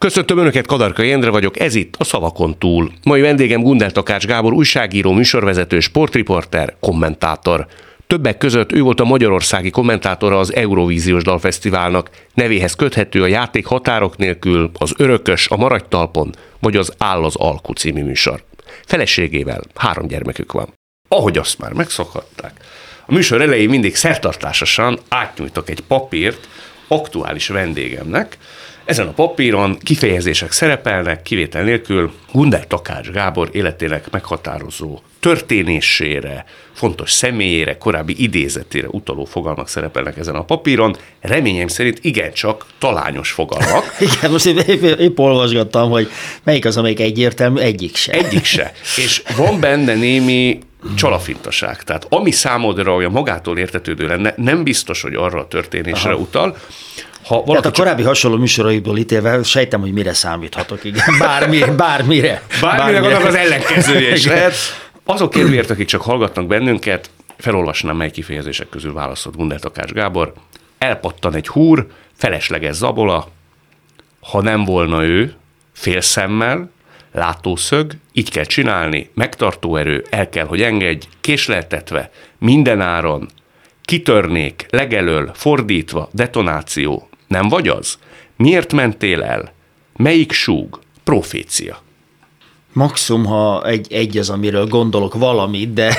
Köszöntöm Önöket, Kadarkai Endre vagyok, ez itt a Szavakon túl. Mai vendégem Gundel Takács Gábor, újságíró, műsorvezető, sportriporter, kommentátor. Többek között ő volt a magyarországi kommentátora az Eurovíziós Dalfesztiválnak, nevéhez köthető a Játék határok nélkül, az Örökös, a Maradj talpon, vagy az Áll az alku című műsor. Feleségével 3 gyermekük van. Ahogy azt már megszokhatták, a műsor elején mindig szertartásosan átnyújtok egy papírt aktuális vendégemnek. Ezen a papíron kifejezések szerepelnek, kivétel nélkül Gundel Takács Gábor életének meghatározó történésére, fontos személyére, korábbi idézetére utaló fogalmak szerepelnek ezen a papíron. Reményem szerint igencsak talányos fogalmak. Igen, most épp olvasgattam, hogy melyik az, amelyik egyértelmű, egyik se. Egyik se. És van benne némi csalafintaság. Tehát ami számodra olyan magától értetődő lenne, nem biztos, hogy arra a történésre utal. Tehát a korábbi hasonló műsoraiból ítélve sejtem, hogy mire számíthatok, igen. Bármire. Bármire annak az ellenkezője is lehet. Azok kedvéért, akik csak hallgatnak bennünket, felolvasnám, mely kifejezések közül válaszolt Gundel Takács Gábor. Elpattan egy húr, felesleges zabola, ha nem volna ő, félszemmel, látószög, így kell csinálni, megtartó erő, el kell, hogy engedj, késleltetve, mindenáron, kitörnék, legelől, fordítva, detonáció. Nem vagy az? Miért mentél el? Melyik súg? Profécia. Maximum, ha egy az, amiről gondolok valamit, de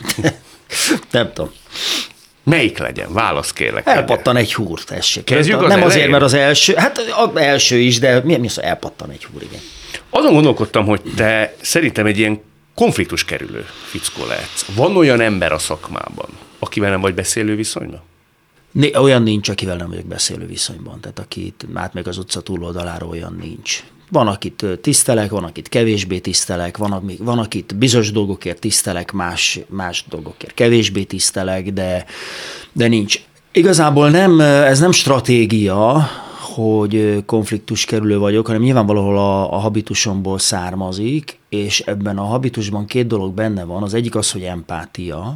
nem tudom. Melyik legyen? Válasz kérlek. Elpattan egy húr, tessék. Kezdjük az nem elején? azért, mert az első, hát az első is, de mi az, elpattan egy húr, igen. Azon gondolkodtam, hogy te szerintem egy ilyen konfliktus kerülő fickó lehetsz. Van olyan ember a szakmában, akivel nem vagy beszélő viszonyban? Olyan nincs, akivel nem vagyok beszélő viszonyban. Tehát akit átmegy az utca túloldalára, olyan nincs. Van, akit tisztelek, van, akit kevésbé tisztelek, van akit bizonyos dolgokért tisztelek, más dolgokért kevésbé tisztelek, de nincs. Igazából ez nem stratégia, hogy konfliktus kerülő vagyok, hanem nyilván valahol a habitusomból származik, és ebben a habitusban 2 dolog benne van. Az egyik az, hogy empátia.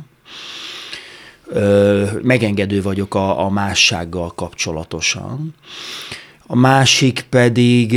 Megengedő vagyok a mássággal kapcsolatosan. A másik pedig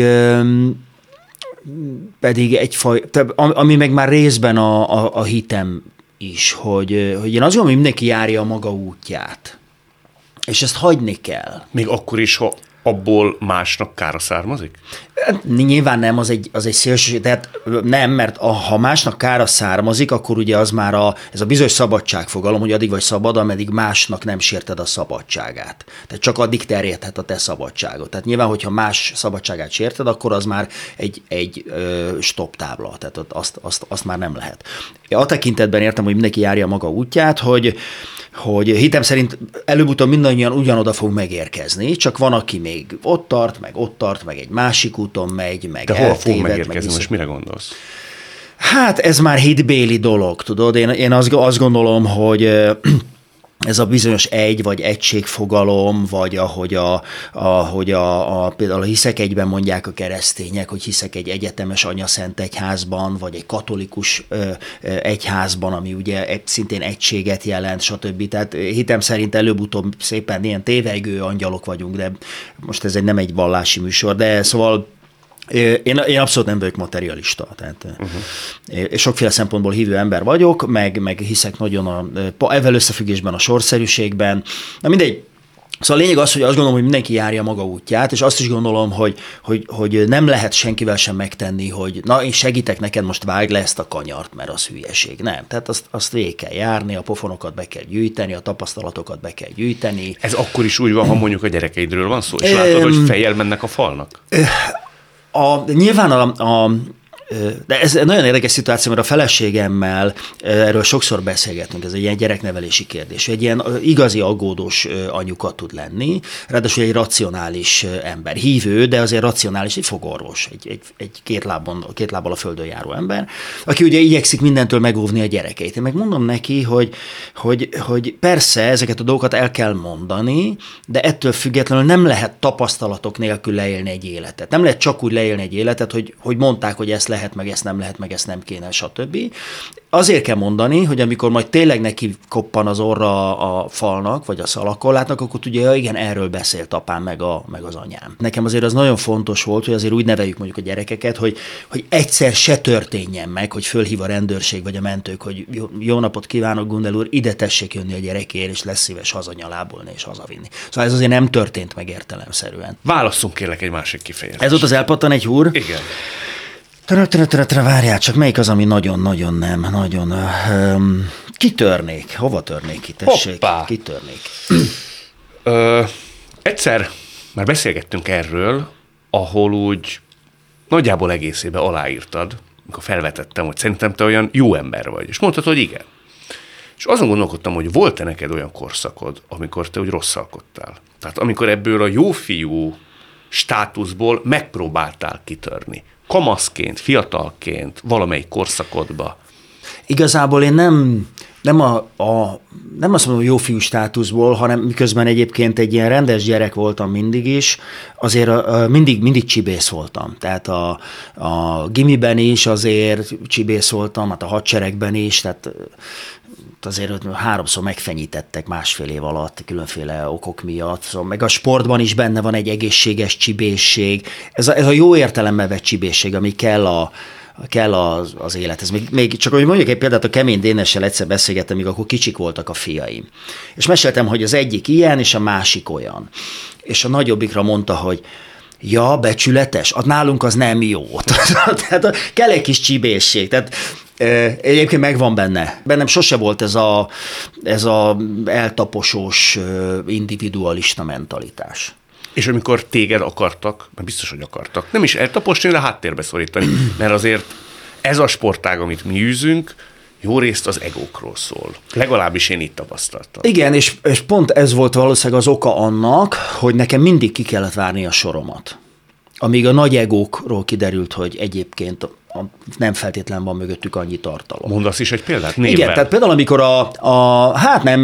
egyfajta, ami meg már részben a hitem is, hogy én azt gondolom, hogy mindenki járja a maga útját. És ezt hagyni kell. Még akkor is, ha abból másnak kára származik? Nyilván nem, az egy szélsőség, tehát nem, mert ha másnak kára származik, akkor ugye az már ez a bizonyos szabadságfogalom, hogy addig vagy szabad, ameddig másnak nem sérted a szabadságát. Tehát csak addig terjedhet a te szabadságot. Tehát nyilván, hogyha más szabadságát sérted, akkor az már egy stop tábla, tehát azt már nem lehet. A tekintetben értem, hogy mindenki járja a maga útját, hogy hitem szerint előbb-utóbb mindannyian ugyanoda fog megérkezni, csak van, aki még ott tart, meg egy másik úton megy, meg de hol fog megérkezni, most mire gondolsz? Hát ez már hitbéli dolog, tudod? Én azt gondolom, hogy ez a bizonyos egy vagy egységfogalom, vagy ahogy például a hiszek egyben mondják a keresztények, hogy hiszek egy egyetemes anyaszent egyházban, vagy egy katolikus egyházban, ami ugye szintén egységet jelent, stb. Tehát hitem szerint előbb-utóbb szépen ilyen tévegő angyalok vagyunk, de most ez nem egy vallási műsor, de szóval én abszolút nem vagyok materialista, tehát sokféle szempontból hívő ember vagyok, meg hiszek nagyon ezzel összefüggésben a sorszerűségben. Na mindegy. Szóval a lényeg az, hogy azt gondolom, hogy mindenki járja maga útját, és azt is gondolom, hogy nem lehet senkivel sem megtenni, hogy na, én segítek neked, most vágd le ezt a kanyart, mert az hülyeség. Nem. Tehát azt végig kell járni, a pofonokat be kell gyűjteni, a tapasztalatokat be kell gyűjteni. Ez akkor is úgy van, ha mondjuk a gyerekeidről van szó, és látod, hogy fejjel mennek a falnak? Nyilván de ez egy nagyon érdekes szituáció, mert a feleségemmel erről sokszor beszélgetünk, ez egy ilyen gyereknevelési kérdés. Egy ilyen igazi aggódós anyuka tud lenni, ráadásul egy racionális ember, hívő, de azért racionális, egy fogorvos, egy két lábbal a földön járó ember, aki ugye igyekszik mindentől megóvni a gyerekeit. Én meg mondom neki, hogy persze ezeket a dolgokat el kell mondani, de ettől függetlenül nem lehet tapasztalatok nélkül leélni egy életet. Nem lehet csak úgy leélni egy életet, hogy mondták, hogy ezt lehet, meg ezt nem lehet, meg ezt nem kéne, stb. Azért kell mondani, hogy amikor majd tényleg neki koppan az orra a falnak, vagy a szalagkorlátnak, akkor tudja, ja, igen, erről beszélt apám, meg az anyám. Nekem azért az nagyon fontos volt, hogy azért úgy neveljük mondjuk a gyerekeket, hogy egyszer se történjen meg, hogy fölhív a rendőrség vagy a mentők, hogy jó napot kívánok, Gundel úr, ide tessék jönni a gyerekért, és lesz szíves hazanyalábolni és hazavinni. Szóval ez azért nem történt meg értelemszerűen. Válasszunk kérlek egy másik kifejezést. Ez ott az elpattan egy húr? Igen. Várjál, csak melyik az, ami nagyon-nagyon nem, nagyon... kitörnék. Hova törnék ki, tessék? Hoppá. Kitörnék. Egyszer már beszélgettünk erről, ahol úgy nagyjából egészében aláírtad, amikor felvetettem, hogy szerintem te olyan jó ember vagy. És mondtad, hogy igen. És azon gondolkodtam, hogy volt-e neked olyan korszakod, amikor te úgy rosszalkodtál? Tehát amikor ebből a jó fiú státuszból megpróbáltál kitörni. Kamaszként, fiatalként, valamelyik korszakodba. Igazából én nem azt mondom, jó fiú státuszból, hanem miközben egyébként egy ilyen rendes gyerek voltam mindig is, azért mindig csibész voltam. Tehát a gimiben is azért csibész voltam, hát a hadseregben is, tehát azért 3-szor megfenyítettek 1,5 év alatt különféle okok miatt. Szóval meg a sportban is benne van egy egészséges csibészség. Ez a jó értelemben vett csibészség, ami kell az élethez. Még csak, hogy mondjuk egy példát, a Kemény Dénessel egyszer beszélgettem, míg akkor kicsik voltak a fiaim. És meséltem, hogy az egyik ilyen, és a másik olyan. És a nagyobbikra mondta, hogy ja, becsületes, nálunk az nem jó. Tehát kell egy kis csibészség. Tehát egyébként megvan benne. Bennem sose volt ez a eltaposós, individualista mentalitás. És amikor téged akartak, mert biztos, hogy akartak, nem is eltaposni, de háttérbe szorítani, mert azért ez a sportág, amit mi űzünk, jó részt az egókról szól. Legalábbis én itt tapasztaltam. Igen, és pont ez volt valószínűleg az oka annak, hogy nekem mindig ki kellett várni a soromat. Amíg a nagy egókról kiderült, hogy egyébként nem feltétlenül van mögöttük annyi tartalom. Mondasz is egy példát? Névvel. Igen, tehát például amikor hát nem,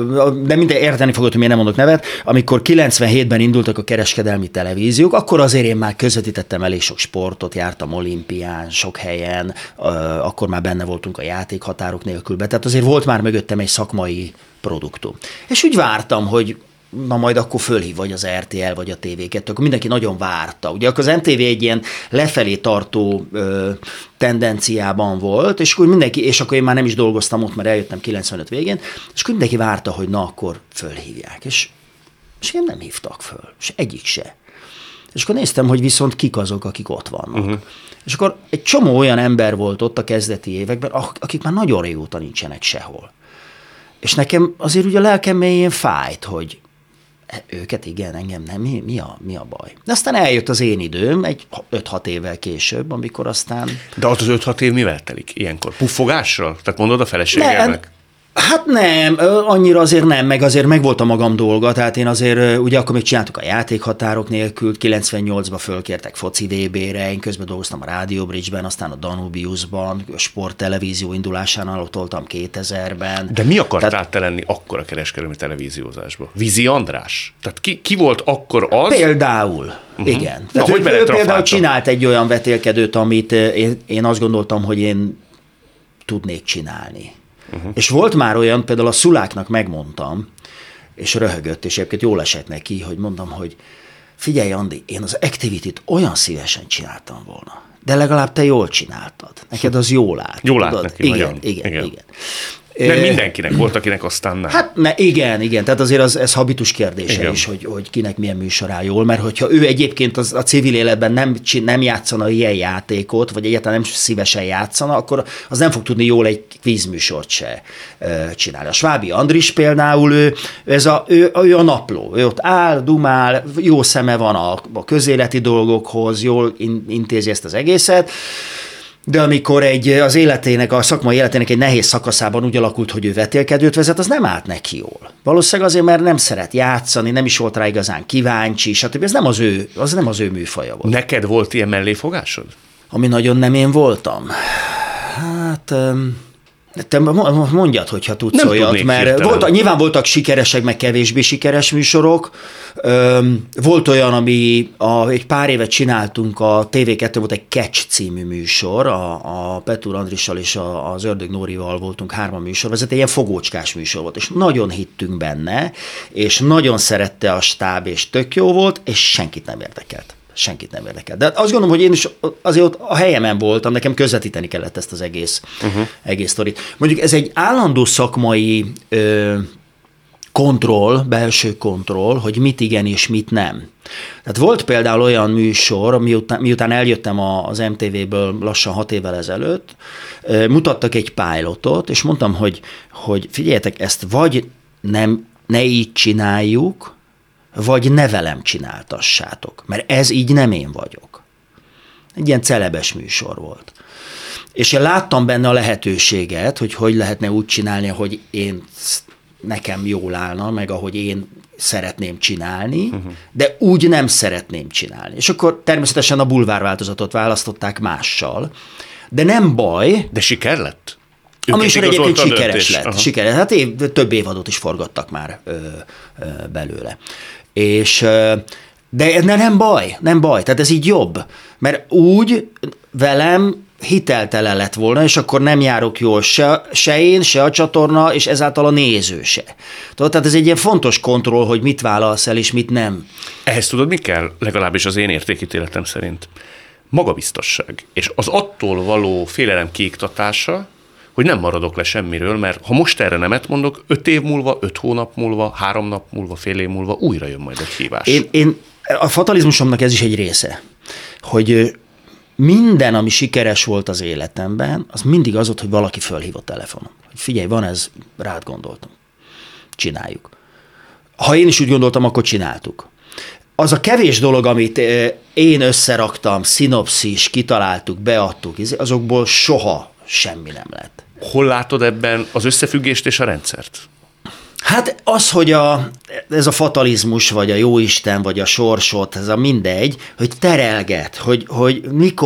de minden érteni fogod, hogy miért nem mondok nevet, amikor 97-ben indultak a kereskedelmi televíziók, akkor azért én már közvetítettem elég sok sportot, jártam olimpián, sok helyen, akkor már benne voltunk a játékhatárok nélkülbe, tehát azért volt már mögöttem egy szakmai produktum. És úgy vártam, hogy na majd akkor fölhív vagy az RTL, vagy a TV2, akkor mindenki nagyon várta. Ugye akkor az MTV egy ilyen lefelé tartó tendenciában volt, és akkor én már nem is dolgoztam ott, mert eljöttem 95 végén, és akkor mindenki várta, hogy na akkor fölhívják. És én nem hívtak föl, és egyik se. És akkor néztem, hogy viszont kik azok, akik ott vannak. Uh-huh. És akkor egy csomó olyan ember volt ott a kezdeti években, akik már nagyon régóta nincsenek sehol. És nekem azért ugye a lelkem mélyén fájt, hogy őket igen, engem nem, mi a baj? De aztán eljött az én időm, egy 5-6 évvel később, amikor aztán... De az 5-6 év mivel telik ilyenkor? Puffogással? Tehát mondod a feleségednek? Hát nem, annyira azért nem, meg azért megvolt a magam dolga, tehát én azért, ugye akkor még csináltuk a játékhatárok nélkül, 98-ban fölkértek foci VB-re, én közben dolgoztam a Radio Bridge-ben, aztán a Danubiusban, a sporttelevízió indulásánál ott voltam 2000-ben. De mi akartál te lenni akkor a kereskedelmi televíziózásban? Vízi András? Tehát ki volt akkor az? Például, igen. Na, tehát ő például csinált egy olyan vetélkedőt, amit én azt gondoltam, hogy én tudnék csinálni. Uh-huh. És volt már olyan, például a Szuláknak megmondtam, és röhögött, és egyébként jól esett neki, hogy mondom, hogy figyelj, Andi, én az Activity-t olyan szívesen csináltam volna, de legalább te jól csináltad. Neked az jól állt. Jól állt neki, igen. Nem mindenkinek volt, akinek aztán nem. Hát igen, tehát azért ez habitus kérdése igen. Is, hogy kinek milyen műsor áll jól, mert hogyha ő egyébként a civil életben nem játszana ilyen játékot, vagy egyáltalán nem szívesen játszana, akkor az nem fog tudni jól egy kvízműsort se csinálni. A Svábi Andris például, ő a napló, ő ott áll, dumál, jó szeme van a közéleti dolgokhoz, jól intézi ezt az egészet, de amikor az életének, a szakmai életének egy nehéz szakaszában úgy alakult, hogy ő vetélkedőt vezet, az nem állt neki jól. Valószínűleg azért, mert nem szeret játszani, nem is volt rá igazán kíváncsi, stb. Ez nem az ő műfaja volt. Neked volt ilyen melléfogásod? Ami nagyon nem én voltam? Hát Te mondjad, hogyha tudsz olyat, mert nyilván voltak sikeresek, meg kevésbé sikeres műsorok. Volt olyan, ami egy pár évet csináltunk, a TV2 volt egy Catch című műsor, a Petúr Andrissal és az Ördög Nórival voltunk 3 műsorvezető, ilyen fogócskás műsor volt, és nagyon hittünk benne, és nagyon szerette a stáb, és tök jó volt, és senkit nem érdekelt. De azt gondolom, hogy én is azért ott a helyemen voltam, nekem közvetíteni kellett ezt az egész sztorit. Mondjuk ez egy állandó szakmai kontroll, belső kontroll, hogy mit igen és mit nem. Tehát volt például olyan műsor, miután eljöttem az MTV-ből lassan 6 évvel ezelőtt, mutattak egy pilotot, és mondtam, hogy figyeljetek, ezt vagy ne így csináljuk, vagy ne velem csináltassátok, mert ez így nem én vagyok. Egy ilyen celebes műsor volt. És én láttam benne a lehetőséget, hogy lehetne úgy csinálni, hogy nekem jól állna, meg ahogy én szeretném csinálni, de úgy nem szeretném csinálni. És akkor természetesen a bulvár változatot választották mással, de nem baj. De siker lett? A műsor egyébként sikeres lett. Sikeres. Hát több évadot is forgattak már belőle. De nem baj. Tehát ez így jobb. Mert úgy velem hiteltelen lett volna, és akkor nem járok jól se én, se a csatorna, és ezáltal a néző se. Tehát ez egy ilyen fontos kontroll, hogy mit válasz el, és mit nem. Ehhez tudod, mi kell? Legalábbis az én értékítéletem szerint. Magabiztosság. És az attól való félelem kiiktatása, hogy nem maradok le semmiről, mert ha most erre nemet mondok, 5 év múlva, 5 hónap múlva, 3 nap múlva, fél év múlva újra jön majd egy hívás. A fatalizmusomnak ez is egy része, hogy minden, ami sikeres volt az életemben, az mindig az volt, hogy valaki fölhívott telefonon. Hogy figyelj, van ez, rád gondoltam. Csináljuk. Ha én is úgy gondoltam, akkor csináltuk. Az a kevés dolog, amit én összeraktam, szinopszis, kitaláltuk, beadtuk, azokból soha semmi nem lett. Hol látod ebben az összefüggést és a rendszert? Hát az, hogy ez a fatalizmus, vagy a jóisten, vagy a sorsot, ez a mindegy, hogy terelget, hogy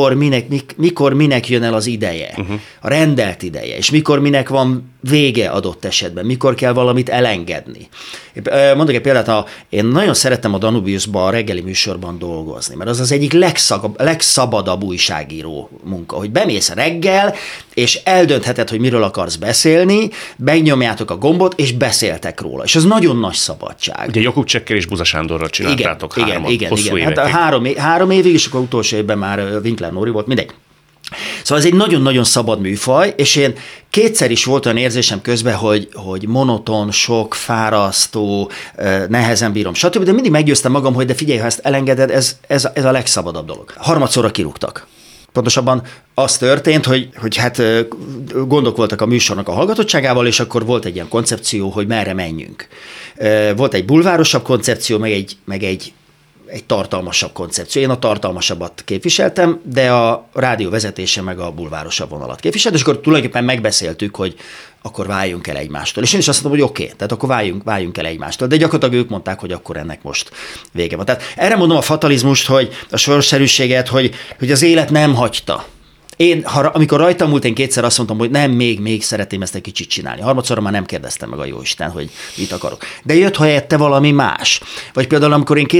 mikor minek jön el az ideje, a rendelt ideje, és mikor minek van vége adott esetben, mikor kell valamit elengedni. Mondok egy példát, én nagyon szerettem a Danubiusban, a reggeli műsorban dolgozni, mert az egyik legszabadabb újságíró munka, hogy bemész reggel, és eldöntheted, hogy miről akarsz beszélni, megnyomjátok a gombot, és beszéltek róla. És ez nagyon nagy szabadság. Ugye Jakub Csekkel és Buza Sándorral csináltátok hosszú évekig. Hát 3 évig, és akkor utolsó évben már Winkler Nóri volt, mindegy. Szóval ez egy nagyon-nagyon szabad műfaj, és én kétszer is volt olyan érzésem közben, hogy monoton, sok, fárasztó, nehezen bírom, stb. De mindig meggyőztem magam, hogy de figyelj, ha ezt elengeded, ez a legszabadabb dolog. Harmadszorra kirúgtak. Pontosabban az történt, hogy hát gondok voltak a műsornak a hallgatottságával, és akkor volt egy ilyen koncepció, hogy merre menjünk. Volt egy bulvárosabb koncepció, meg egy tartalmasabb koncepció. Én a tartalmasabbat képviseltem, de a rádió vezetése meg a bulvárosabb vonalat képviselt, és akkor tulajdonképpen megbeszéltük, hogy akkor váljunk el egymástól. És én is azt mondom, hogy oké, tehát akkor váljunk el egymástól. De gyakorlatilag ők mondták, hogy akkor ennek most vége van. Tehát erre mondom a fatalizmust, hogy a sorszerűséget, hogy az élet nem hagyta. Amikor rajtam múlt, én kétszer azt mondtam, hogy nem, még szeretném ezt egy kicsit csinálni. Harmadszorra már nem kérdeztem meg a jóisten, hogy mit akarok. De jött helyette valami más. Vagy például, amikor én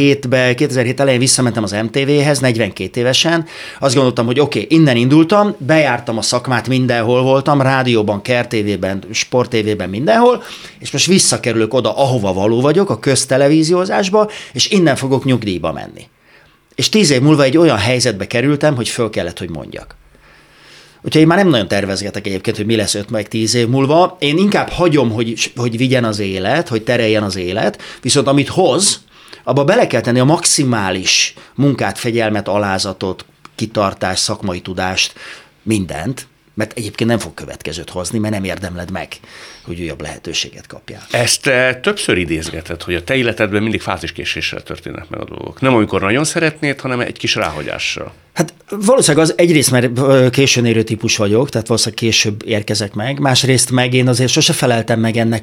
2007 elején visszamentem az MTV-hez, 42 évesen, azt gondoltam, hogy oké, innen indultam, bejártam a szakmát, mindenhol voltam, rádióban, KER-TV-ben, Sport TV-ben, mindenhol, és most visszakerülök oda, ahova való vagyok, a köztelevíziózásba, és innen fogok nyugdíjba menni. És 10 év múlva egy olyan helyzetbe kerültem, hogy föl kellett, hogy mondjak. Úgyhogy én már nem nagyon tervezgetek egyébként, hogy mi lesz 5-10 év múlva. Én inkább hagyom, hogy vigyen az élet, hogy tereljen az élet, viszont amit hoz, abba bele kell tenni a maximális munkát, fegyelmet, alázatot, kitartást, szakmai tudást, mindent, mert egyébként nem fog következőt hozni, mert nem érdemled meg, hogy újabb lehetőséget kapjál. Ezt többször idézgeted, hogy a te életedben mindig fáziskéséssel történnek meg a dolgok. Nem amikor nagyon szeretnéd, hanem egy kis ráhagyással. Hát valószínűleg az egyrészt, mert későn érő típus vagyok, tehát valószínűleg később érkezek meg. Másrészt meg én azért sose feleltem meg ennek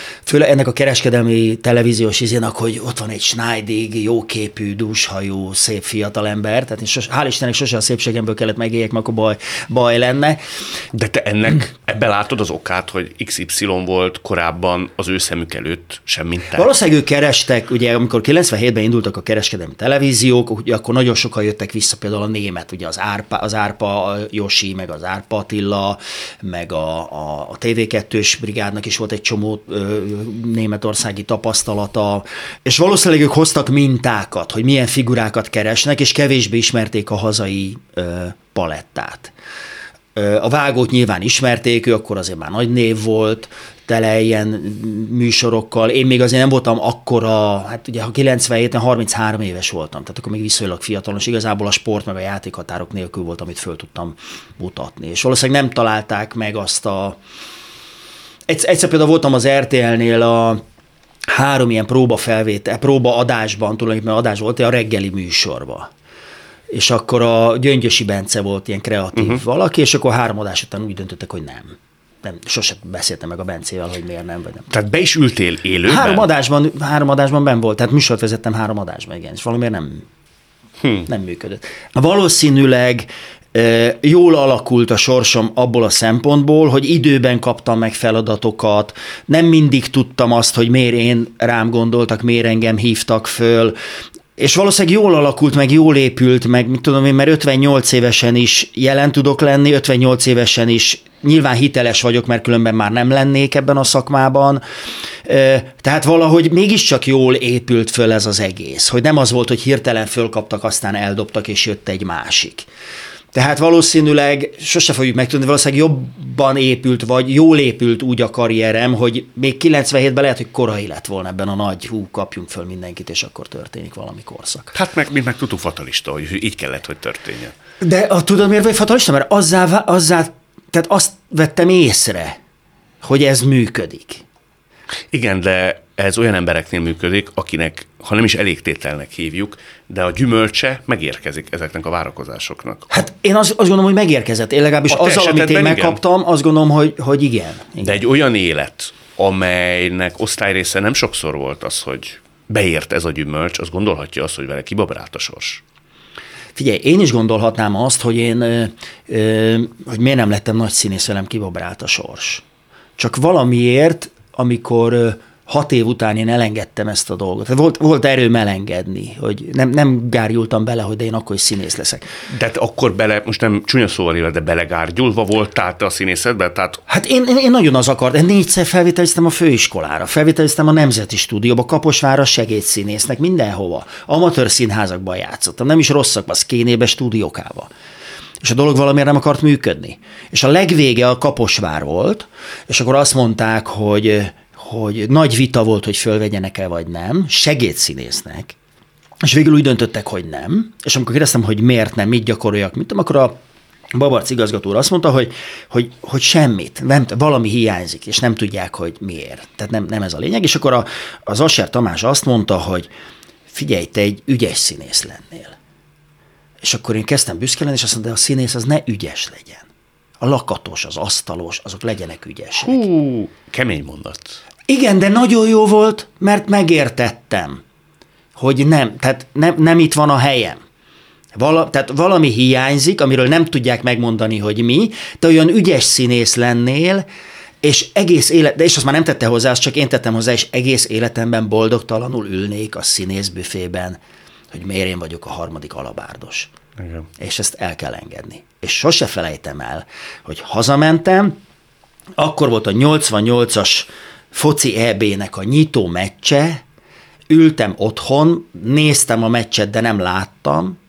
a kereskedelmi televíziós izének, hogy ott van egy Schneidig, jóképű, dúshajú, szép fiatalember, tehát hál' Istennek sose a szépségemből kellett megéljek, mert akkor baj lenne. De te ebben látod az okát, hogy XY volt korábban az ő szemük előtt sem mint te? Valószínűleg ők kerestek, ugye amikor 97-ben indultak a kereskedelmi televíziók, ugye akkor nagyon sokan jöttek vissza, például a német, ugye az Árpa Josi, meg az Árpa Attila, meg a TV2-s brigádnak is volt egy csomó németországi tapasztalata, és valószínűleg ők hoztak mintákat, hogy milyen figurákat keresnek, és kevésbé ismerték a hazai palettát. A Vágót nyilván ismerték, ő akkor azért már nagy név volt, tele ilyen műsorokkal. Én még azért nem voltam akkora, hát ugye ha 97-ben 33 éves voltam, tehát akkor még viszonylag fiatalon, és igazából a sport meg a játékhatárok nélkül volt, amit föl tudtam mutatni. És valószínűleg nem találták meg azt a... Egyszer például voltam az RTL-nél a 3 ilyen próbaadásban, tulajdonképpen adás volt, a reggeli műsorban. És akkor a Gyöngyösi Bence volt ilyen kreatív valaki, és akkor 3 adás után úgy döntöttek, hogy nem. Sose beszéltem meg a Bencével, hogy miért nem, vagy nem. Tehát be is ültél élőben? 3 adásban benn volt, tehát műsort vezettem 3 adásban, igen, és valamiért nem működött. Valószínűleg jól alakult a sorsom abból a szempontból, hogy időben kaptam meg feladatokat, nem mindig tudtam azt, hogy miért rám gondoltak, miért engem hívtak föl, és valószínűleg jól alakult, meg jól épült, meg mit tudom én, mert 58 évesen is jelen tudok lenni, 58 évesen is nyilván hiteles vagyok, mert különben már nem lennék ebben a szakmában. Tehát valahogy mégiscsak jól épült föl ez az egész, hogy nem az volt, hogy hirtelen fölkaptak, aztán eldobtak, és jött egy másik. Tehát valószínűleg, sose fogjuk megtudni, valószínűleg jobban épült, vagy jól épült úgy a karrierem, hogy még 97-ben lehet, hogy korai lett volna ebben a nagy, kapjunk föl mindenkit, és akkor történik valami korszak. Hát meg tudtuk fatalista, hogy így kellett, hogy történjen. De tudod, miért vagy fatalista? Mert tehát azt vettem észre, hogy ez működik. Igen, de ez olyan embereknél működik, akinek, ha nem is elégtételnek hívjuk, de a gyümölcse megérkezik ezeknek a várakozásoknak. Hát én azt gondolom, hogy megérkezett. Én legalábbis azzal, amit én megkaptam, azt gondolom, hogy igen. De egy olyan élet, amelynek osztályrésze nem sokszor volt az, hogy beért ez a gyümölcs, az gondolhatja azt, hogy vele kibabrált a sors. Figyelj, én is gondolhatnám azt, hogy hogy miért nem lettem nagy színész, velem kibabrált a sors. Csak valamiért, amikor 6 év után én elengedtem ezt a dolgot. Volt erőm elengedni, hogy nem gárgyultam bele, hogy de én akkor is színész leszek. De akkor most nem csúnya szóval éve, de belegárgyulva voltál te a színészetben? Tehát... Hát én nagyon az akartam. 4-szer felvételiztem a főiskolára, felvételiztem a Nemzeti Stúdióba, Kaposvárra segédszínésznek, mindenhova. Amatőr színházakban játszottam, nem is rosszakban, Szkénébe, stúdiókába. És a dolog valamiért nem akart működni. És a legvége a Kaposvár volt, és akkor azt mondták, hogy nagy vita volt, hogy fölvegyenek-e vagy nem, segédszínésznek, és végül úgy döntöttek, hogy nem, és amikor kérdeztem, hogy miért nem, mit gyakoroljak, akkor a Babarc igazgató azt mondta, hogy semmit, valami hiányzik, és nem tudják, hogy miért. Tehát nem ez a lényeg, és akkor az Asser Tamás azt mondta, hogy figyelj, te egy ügyes színész lennél. És akkor én kezdtem büszke lenni, és azt mondta, de a színész az ne ügyes legyen. A lakatos, az asztalos, azok legyenek ügyesek. Kemény mondat. Igen, de nagyon jó volt, mert megértettem, hogy nem itt van a helyem. Tehát valami hiányzik, amiről nem tudják megmondani, hogy mi, te olyan ügyes színész lennél, és de és azt már nem tette hozzá, azt csak én tettem hozzá, és egész életemben boldogtalanul ülnék a színészbüfében, hogy miért én vagyok a 3. alabárdos. Igen. És ezt el kell engedni. És sose felejtem el, hogy hazamentem, akkor volt a 88-as foci EB-nek a nyitó meccse, ültem otthon, néztem a meccset, de nem láttam,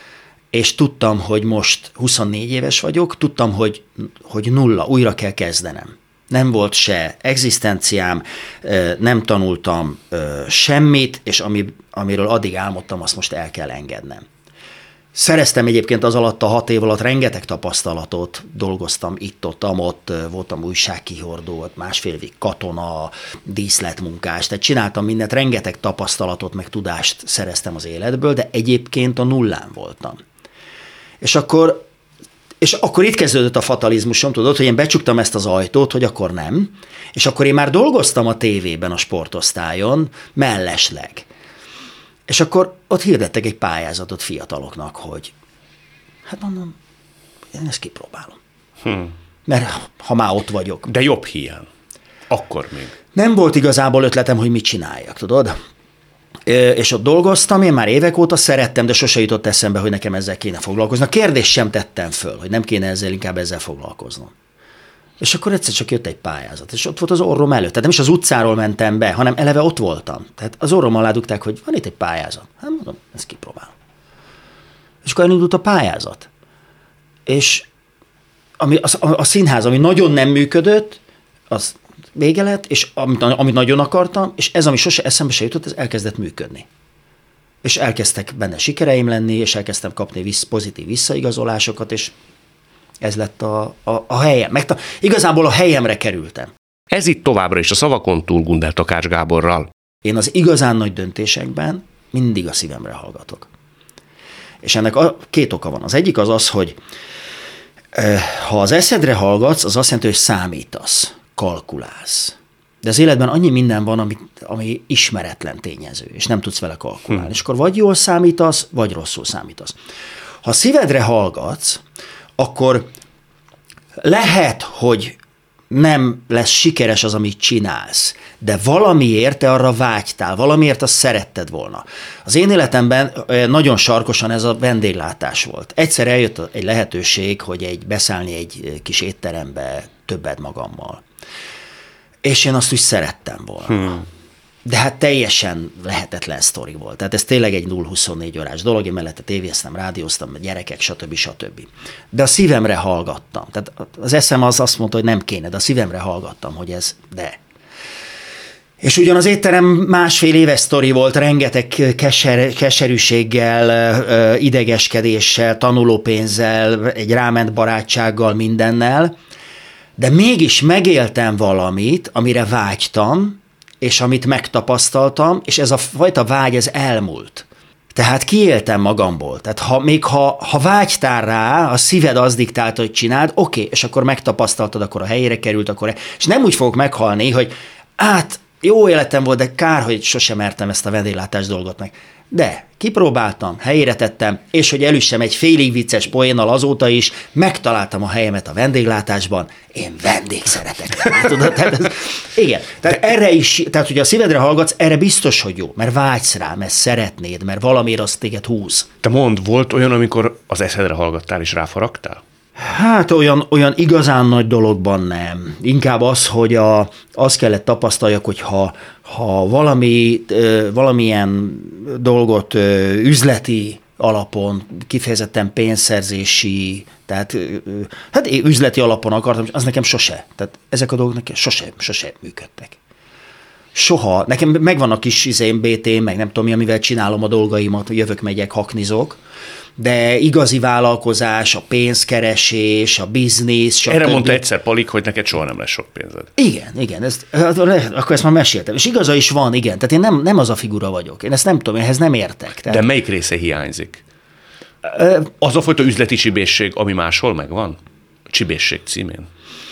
és tudtam, hogy most 24 éves vagyok, tudtam, hogy nulla, újra kell kezdenem. Nem volt se egzisztenciám, nem tanultam semmit, és amiről addig álmodtam, azt most el kell engednem. Szereztem egyébként az alatt a 6 év alatt rengeteg tapasztalatot, dolgoztam itt-ott, amott, voltam újságkihordó, 1,5 évig katona, díszletmunkás, tehát csináltam mindent, rengeteg tapasztalatot, meg tudást szereztem az életből, de egyébként a nullán voltam. És akkor itt kezdődött a fatalizmusom, tudod, hogy én becsuktam ezt az ajtót, hogy akkor nem, és akkor én már dolgoztam a tévében a sportosztályon, mellesleg. És akkor ott hirdettek egy pályázatot fiataloknak, hogy hát mondom, én ezt kipróbálom. Mert ha már ott vagyok. De jobb hiány. Akkor még. Nem volt igazából ötletem, hogy mit csináljak, tudod? És ott dolgoztam, én már évek óta szerettem, de sose jutott eszembe, hogy nekem ezzel kéne foglalkozni. A kérdést sem tettem föl, hogy nem kéne inkább ezzel foglalkoznom. És akkor egyszer csak jött egy pályázat, és ott volt az orrom előtt. Tehát nem is az utcáról mentem be, hanem eleve ott voltam. Tehát az orrom alá dugták, hogy van itt egy pályázat. Hát mondom, ezt kipróbálom. És akkor elindult a pályázat. És a színház, ami nagyon nem működött, az vége lett, és amit nagyon akartam, és ez, ami sose eszembe se jutott, ez elkezdett működni. És elkezdtek benne sikereim lenni, és elkezdtem kapni pozitív visszaigazolásokat, és ez lett a helyem. Igazából a helyemre kerültem. Ez itt továbbra is a Szavakon túl Gundel Takács Gáborral. Én az igazán nagy döntésekben mindig a szívemre hallgatok. És ennek két oka van. Az egyik az, hogy ha az eszedre hallgatsz, az azt jelenti, hogy számítasz, kalkulálsz. De az életben annyi minden van, ami ismeretlen tényező, és nem tudsz vele kalkulálni. És akkor vagy jól számítasz, vagy rosszul számítasz. Ha a szívedre hallgatsz, akkor lehet, hogy nem lesz sikeres az, amit csinálsz, de valamiért te arra vágytál, valamiért azt szeretted volna. Az én életemben nagyon sarkosan ez a vendéglátás volt. Egyszer eljött egy lehetőség, hogy beszállni egy kis étterembe többet magammal. És én azt úgy szerettem volna. De hát teljesen lehetetlen sztori volt. Tehát ez tényleg egy 0-24 órás dolog, én mellette tévéztem, rádióztam, gyerekek, stb. De a szívemre hallgattam. Tehát az eszem az azt mondta, hogy nem kéne, de a szívemre hallgattam, hogy ez de. És ugyan az étterem másfél éves sztori volt, rengeteg keserűséggel, idegeskedéssel, tanulópénzzel, egy ráment barátsággal, mindennel, de mégis megéltem valamit, amire vágytam, és amit megtapasztaltam, és ez a fajta vágy, ez elmúlt. Tehát kiéltem magamból. Tehát ha vágytál rá, a szíved az diktálta, hogy csináld, oké, és akkor megtapasztaltad, akkor a helyére került, és nem úgy fogok meghalni, hogy jó életem volt, de kár, hogy sosem mertem ezt a vendéglátás dolgot meg. De kipróbáltam, helyére tettem, és hogy elüssem egy félig vicces poénnal azóta is, megtaláltam a helyemet a vendéglátásban, én vendég szeretek lenni, tudod? Igen, tehát erre is, tehát hogy a szívedre hallgatsz, erre biztos, hogy jó, mert vágysz rá, mert szeretnéd, mert valamiért az téged húz. Te mondd, volt olyan, amikor az eszedre hallgattál és ráfaragtál? Hát olyan igazán nagy dologban nem. Inkább az, hogy azt kellett tapasztaljak, hogy ha valamilyen dolgot üzleti alapon, kifejezetten pénzszerzési, tehát hát üzleti alapon akartam, az nekem sose. Tehát ezek a dolgok nekem sose működtek. Soha. Nekem megvan a kis BT-m, meg nem tudom mi, amivel csinálom a dolgaimat, jövök, megyek, haknizok, de igazi vállalkozás, a pénzkeresés, a biznisz... Erre mondta egyszer Palik, hogy neked soha nem lesz sok pénzed. Igen, akkor ezt már meséltem. És igaza is van, igen. Tehát én nem az a figura vagyok. Én ezt nem tudom, ehhez nem értek. Tehát... De melyik része hiányzik? Az a fajta üzleti csibészség, ami máshol megvan? A Csibészség címén.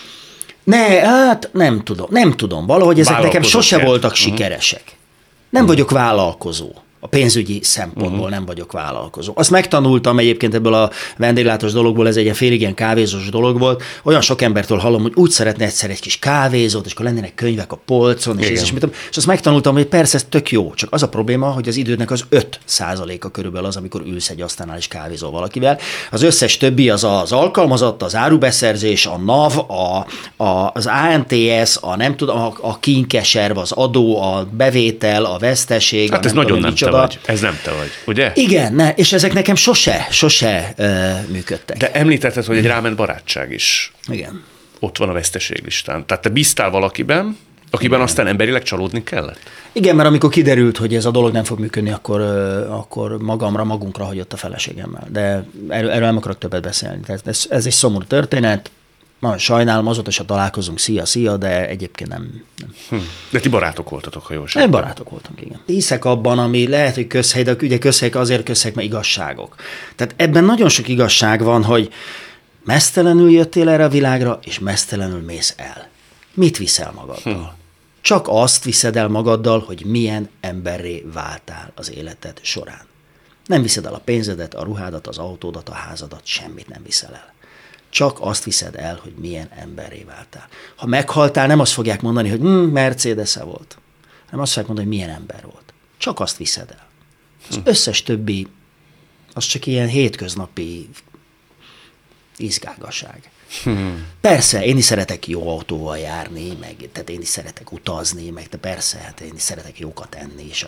Nem tudom. Valahogy ezek nekem sose voltak sikeresek. Nem vagyok vállalkozó. A pénzügyi szempontból nem vagyok vállalkozó. Azt megtanultam egyébként ebből a vendéglátós dologból, ez egy ilyen félig ilyen kávézós dolog volt. Olyan sok embertől hallom, hogy úgy szeretne egyszer egy kis kávézót, és akkor lennének könyvek a polcon, és azt megtanultam, hogy persze ez tök jó, csak az a probléma, hogy az idődnek az 5%-a körülbelül az, amikor ülsz egy asztalnál és kávézol valakivel. Az összes többi az alkalmazott, az árubeszerzés, a NAV, az ANTS, a kinkeserv, az adó, a bevétel, a veszteség. Hát ez nagyon nem te vagy. Ez nem te vagy, ugye? Igen, és ezek nekem sose működtek. De említetted, hogy egy ráment barátság is. Igen. Ott van a veszteséglistán. Tehát te bíztál valakiben, akiben aztán emberileg csalódni kellett? Igen, mert amikor kiderült, hogy ez a dolog nem fog működni, akkor magunkra hagyott a feleségemmel. De erről nem akarok többet beszélni. Tehát ez egy szomorú történet. Sajnálom, azóta se találkozunk, szia, de egyébként nem. De ti barátok voltatok, ha jól sejtem. Nem barátok voltunk, igen. Hiszek abban, ami lehet, hogy közhely, de ugye közhelyek azért közhelyek, mert igazságok. Tehát ebben nagyon sok igazság van, hogy meztelenül jöttél erre a világra, és meztelenül mész el. Mit viszel magaddal? Csak azt viszed el magaddal, hogy milyen emberré váltál az életed során. Nem viszed el a pénzedet, a ruhádat, az autódat, a házadat, semmit nem viszel el. Csak azt viszed el, hogy milyen emberré váltál. Ha meghaltál, nem azt fogják mondani, hogy Mercedes-e volt, hanem azt fogják mondani, hogy milyen ember volt. Csak azt viszed el. Az összes többi, az csak ilyen hétköznapi izgágaság. Persze, én is szeretek jó autóval járni, tehát én is szeretek utazni, de persze, hát én is szeretek jókat enni is.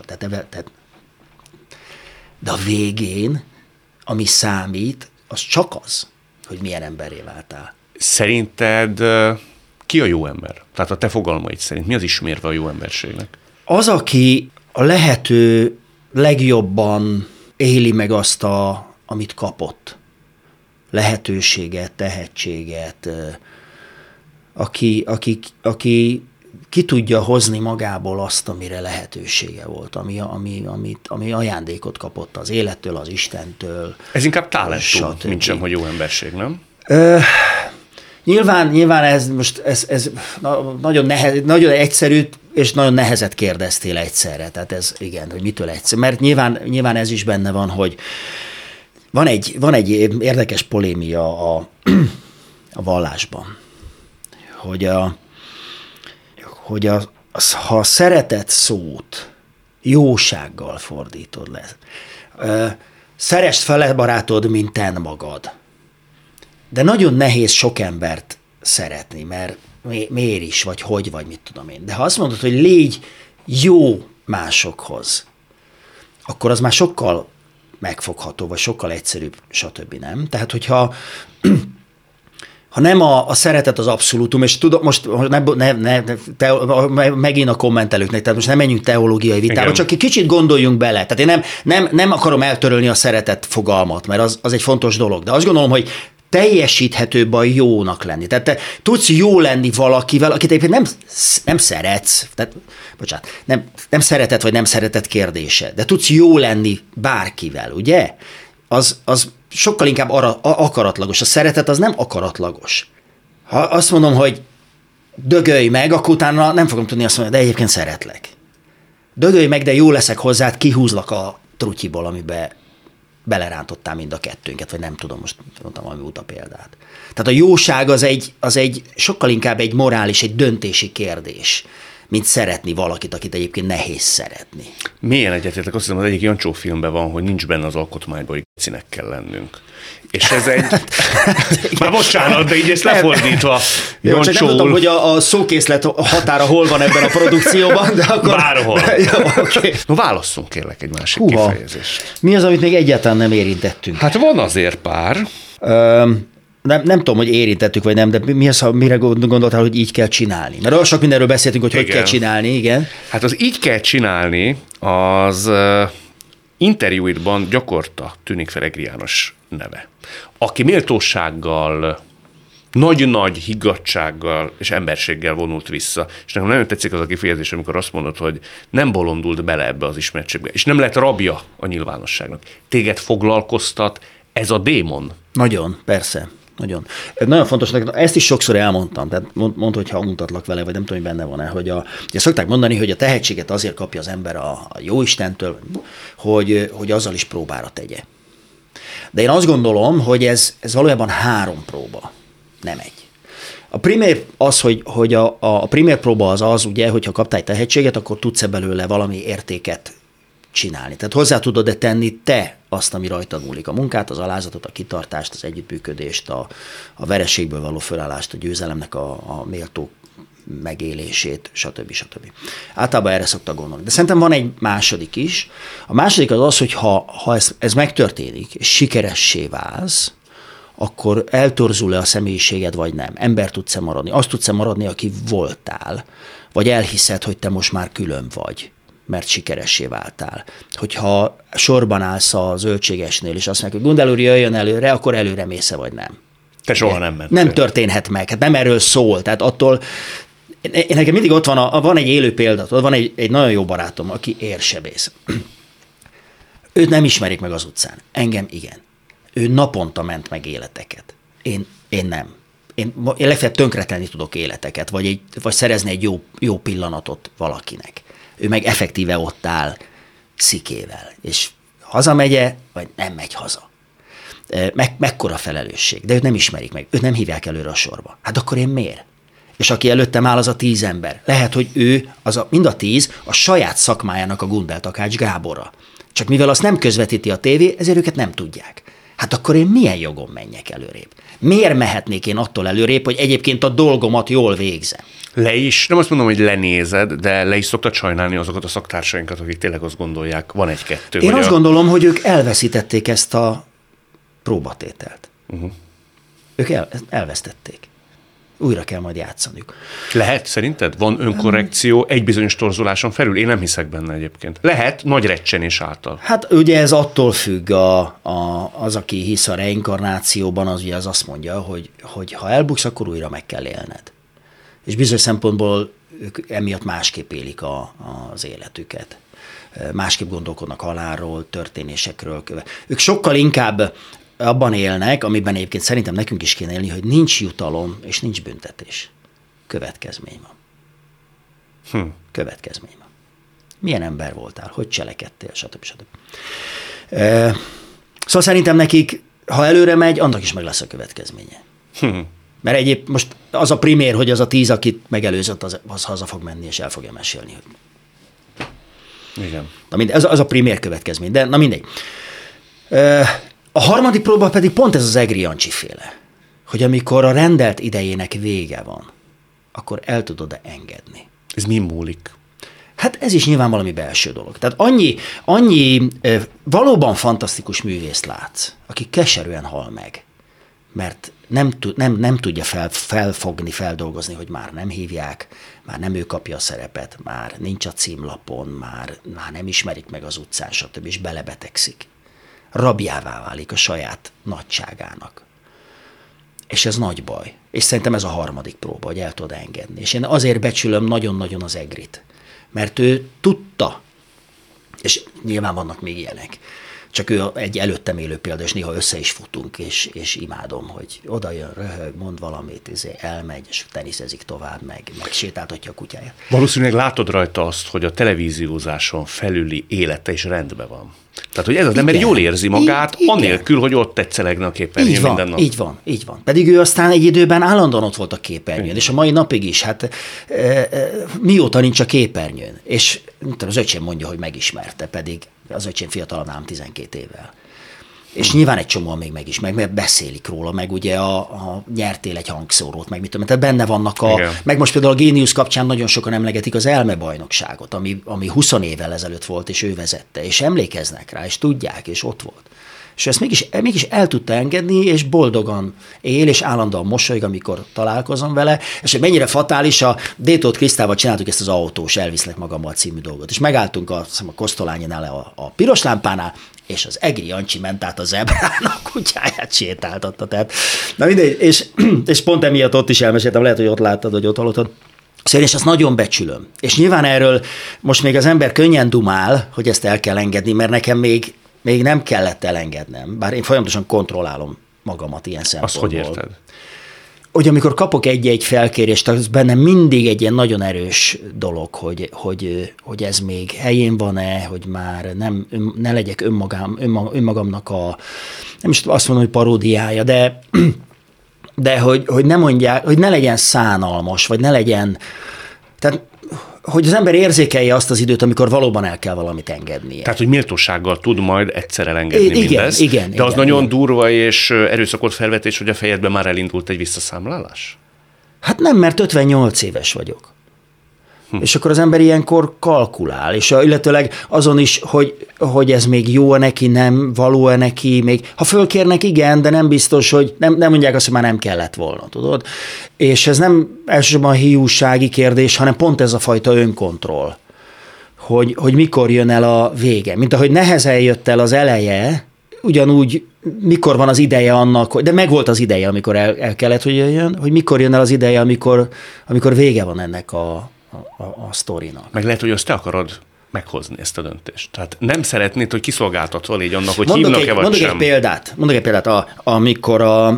De a végén, ami számít, az csak az, hogy milyen emberré váltál. Szerinted ki a jó ember? Tehát a te fogalmaid szerint mi az ismérve a jó emberségnek? Az, aki a lehető legjobban éli meg azt, amit kapott. Lehetőséget, tehetséget, aki ki tudja hozni magából azt, amire lehetősége volt, ami ajándékot kapott az élettől, az Istentől. Ez inkább talentum, mint sem, hogy jó emberség, nem? Nyilván ez most ez nagyon egyszerű, és nagyon nehezet kérdeztél egyszerre. Tehát ez igen, hogy mitől egyszer. Mert nyilván ez is benne van, hogy van egy érdekes polémia a vallásban, hogy ha a szeretet szót jósággal fordítod le, szeresd fele barátod, mint ten magad. De nagyon nehéz sok embert szeretni, mert miért is, vagy mit tudom én. De ha azt mondod, hogy légy jó másokhoz, akkor az már sokkal megfogható, vagy sokkal egyszerűbb, stb. Nem? Tehát, hogyha ha nem a szeretet az abszolútum, és tudom, most megint a kommentelőknek, tehát most nem menjünk teológiai vitába, csak egy kicsit gondoljunk bele. Tehát én nem akarom eltörölni a szeretet fogalmat, mert az egy fontos dolog, de azt gondolom, hogy teljesíthetőbb a jónak lenni. Tehát te tudsz jó lenni valakivel, akit egyébként nem szeretsz, tehát, bocsánat, nem szeretet vagy nem szeretet kérdése, de tudsz jó lenni bárkivel, ugye? Az sokkal inkább akaratlagos. A szeretet az nem akaratlagos. Ha azt mondom, hogy dögölj meg, akkor utána nem fogom tudni azt mondani, de egyébként szeretlek. Dögölj meg, de jó leszek hozzád, kihúzlak a trutyiból, amibe belerántottál mind a kettőnket, vagy nem tudom, most mondtam valami úta példát. Tehát a jóság az egy sokkal inkább egy morális, egy döntési kérdés, mint szeretni valakit, akit egyébként nehéz szeretni. Milyen egyetértek? Azt hiszem, az egyik Jancsó filmben van, hogy nincs benne az alkotmányban, hogy gecinek kell lennünk. És ez egy... Már bocsánat, de így ezt lefordítva. Jó, csak nem tudom, hogy a szókészlet határa hol van ebben a produkcióban, de akkor... Bárhol. Jó, okay. No, válasszunk kérlek egy másik kifejezést. Mi az, amit még egyáltalán nem érintettünk? Hát van azért pár. Nem tudom, hogy érintettük, vagy nem, de mi az, mire gondoltál, hogy így kell csinálni? Mert olyan sok mindenről beszéltünk, hogy kell csinálni, igen. Hát az így kell csinálni, az interjúidban gyakorta tűnik fel Egri János neve, aki méltósággal, nagy-nagy higgadtsággal és emberséggel vonult vissza. És nekem nagyon tetszik az a kifejezés, amikor azt mondod, hogy nem bolondult bele ebbe az ismertségbe, és nem lett rabja a nyilvánosságnak. Téged foglalkoztat ez a démon? Nagyon, persze. Nagyon fontos, ezt is sokszor elmondtam, tehát mondd, hogy mutatlak vele, vagy nem tudom, hogy benne van-e, hogy ugye szokták mondani, hogy a tehetséget azért kapja az ember a Jóistentől, hogy azzal is próbára tegye. De én azt gondolom, hogy ez valójában 3 próba, nem egy. A primér az, hogy a primér próba az, ugye, hogyha kaptál tehetséget, akkor tudsz belőle valami értéket csinálni. Tehát hozzá tudod-e tenni te azt, ami rajtad múlik, a munkát, az alázatot, a kitartást, az együttműködést, a vereségből való fölállást, a győzelemnek a méltó megélését, stb. Általában erre szoktak gondolni. De szerintem van egy második is. A második az, hogy ha ez megtörténik, és sikeressé válsz, akkor eltorzul-e a személyiséged, vagy nem? Ember tudsz-e maradni? Azt tudsz-e maradni, aki voltál? Vagy elhiszed, hogy te most már külön vagy, mert sikeressé váltál. Hogyha sorban állsz a zöldségesnél, és azt mondják, hogy Gundel úr, jöjjön előre, akkor előre mész-e, vagy nem? Te soha nem mentél. Nem történhet meg, hát nem erről szól. Tehát attól, nekem mindig ott van egy élő példa, ott van egy nagyon jó barátom, aki érsebész. Őt nem ismerik meg az utcán. Engem igen. Ő naponta ment meg életeket. Én nem. Én legfeljebb tönkretenni tudok életeket, vagy szerezni egy jó pillanatot valakinek. Ő meg effektíve ott áll szikével, és hazamegye, vagy nem megy haza. Mekkora felelősség, de őt nem ismerik meg, őt nem hívják előre a sorba. Hát akkor én miért? És aki előttem áll, az a 10 ember. Lehet, hogy ő, mind a 10 a saját szakmájának a Gundel Takács Gábora. Csak mivel azt nem közvetíti a tévé, ezért őket nem tudják. Hát akkor én milyen jogon menjek előrébb? Miért mehetnék én attól előrébb, hogy egyébként a dolgomat jól végzem? Nem azt mondom, hogy lenézed, de le is szoktad sajnálni azokat a szaktársainkat, akik tényleg azt gondolják, van egy-kettő. Én azt gondolom, hogy ők elveszítették ezt a próbatételt. Ők elvesztették. Újra kell majd játszaniuk. Lehet, szerinted? Van önkorrekció egy bizonyos torzuláson felül? Én nem hiszek benne egyébként. Lehet, nagy recsenés által. Hát ugye ez attól függ, az, aki hisz a reinkarnációban, az ugye az azt mondja, hogy ha elbuksz, akkor újra meg kell élned. És bizonyos szempontból ők emiatt másképp élik az életüket. Másképp gondolkodnak halálról, történésekről. Ők sokkal inkább abban élnek, amiben egyébként szerintem nekünk is kéne élni, hogy nincs jutalom és nincs büntetés. Következmény van. Következmény van. Milyen ember voltál, hogy cselekedtél, stb. Szóval szerintem nekik, ha előre megy, annak is meg lesz a következménye. Mert most az a primér, hogy az a 10, akit megelőzött, az haza fog menni, és el fogja mesélni. Igen. Az a primér következmény, de na mindegy. A harmadik próba pedig pont ez az Egri Jancsi féle, hogy amikor a rendelt idejének vége van, akkor el tudod engedni. Ez mi múlik? Hát ez is nyilván valami belső dolog. Tehát annyi valóban fantasztikus művészt látsz, aki keserűen hal meg, mert nem tudja felfogni, feldolgozni, hogy már nem hívják, már nem ő kapja a szerepet, már nincs a címlapon, már nem ismerik meg az utcán, stb. És belebetegszik. Rabjává válik a saját nagyságának. És ez nagy baj. És szerintem ez a harmadik próba, hogy el tudod engedni. És én azért becsülöm nagyon-nagyon az Egrit, mert ő tudta, és nyilván vannak még ilyenek, csak ő egy előttem élő példa, és néha össze is futunk, és imádom, hogy oda jön, röhög, mond valamit, elmegy, és teniszezik tovább, meg sétáltatja a kutyáját. Valószínűleg látod rajta azt, hogy a televíziózáson felüli élete is rendben van. Tehát, hogy ez az ember jól érzi magát, anélkül, hogy ott tetszelegne a képernyőn minden nap. Így van. Pedig ő aztán egy időben állandóan ott volt a képernyőn, és a mai napig is, mióta nincs a képernyőn. És az öcsém mondja, hogy megismerte, pedig az öcsém fiatalabb nálam 12 évvel. És nyilván egy csomóan még megismer, mert beszélik róla, meg ugye a nyertél egy hangszórót, meg mit tudom, tehát benne vannak meg most például a Géniusz kapcsán nagyon sokan emlegetik az elmebajnokságot, ami 20 évvel ezelőtt volt, és ő vezette, és emlékeznek rá, és tudják, és ott volt. És ezt mégis el tudta engedni, és boldogan él, és állandóan mosolyog, amikor találkozom vele, és hogy mennyire fatális, a Détót Krisztával csináltuk ezt az autós Elviszlek magammal című dolgot, és megálltunk a Kosztolányinál a piros lámpánál, és az Egri Jancsi ment át a zebrán, a kutyáját sétáltatta. Tehát, na mindegy, és pont emiatt ott is elmeséltem, lehet, hogy ott láttad, hogy ott hallottad. Szóval és azt nagyon becsülöm. És nyilván erről most még az ember könnyen dumál, hogy ezt el kell engedni, mert nekem még nem kellett elengednem, bár én folyamatosan kontrollálom magamat ilyen szempontból. Azt hogy érted? Hogy amikor kapok egy-egy felkérést, az bennem mindig egy ilyen nagyon erős dolog, hogy ez még helyén van-e, hogy már ne legyek önmagamnak nem is azt mondom, hogy paródiája, de hogy ne mondják, hogy ne legyen szánalmas, vagy ne legyen, tehát hogy az ember érzékelje azt az időt, amikor valóban el kell valamit engednie. Tehát, hogy méltósággal tud majd egyszer elengedni mindezt. Igen. De az nagyon durva és erőszakot felvetés, hogy a fejedben már elindult egy visszaszámlálás? Hát nem, mert 58 éves vagyok. És akkor az ember ilyenkor kalkulál, és illetőleg azon is, hogy ez még jó-e neki, nem való-e neki, még ha fölkérnek, igen, de nem biztos, hogy nem mondják azt, hogy már nem kellett volna, tudod? És ez nem elsősorban hiúsági kérdés, hanem pont ez a fajta önkontroll, hogy mikor jön el a vége. Mint ahogy nehezen jött el az eleje, ugyanúgy mikor van az ideje annak, de megvolt az ideje, amikor el kellett, hogy jöjjön, hogy mikor jön el az ideje, amikor vége van ennek a sztorinak. Meg lehet, hogy azt te akarod meghozni ezt a döntést. Tehát nem szeretnéd, hogy kiszolgáltatva légy annak, hogy hívnak-e vagy sem. Mondok egy példát, amikor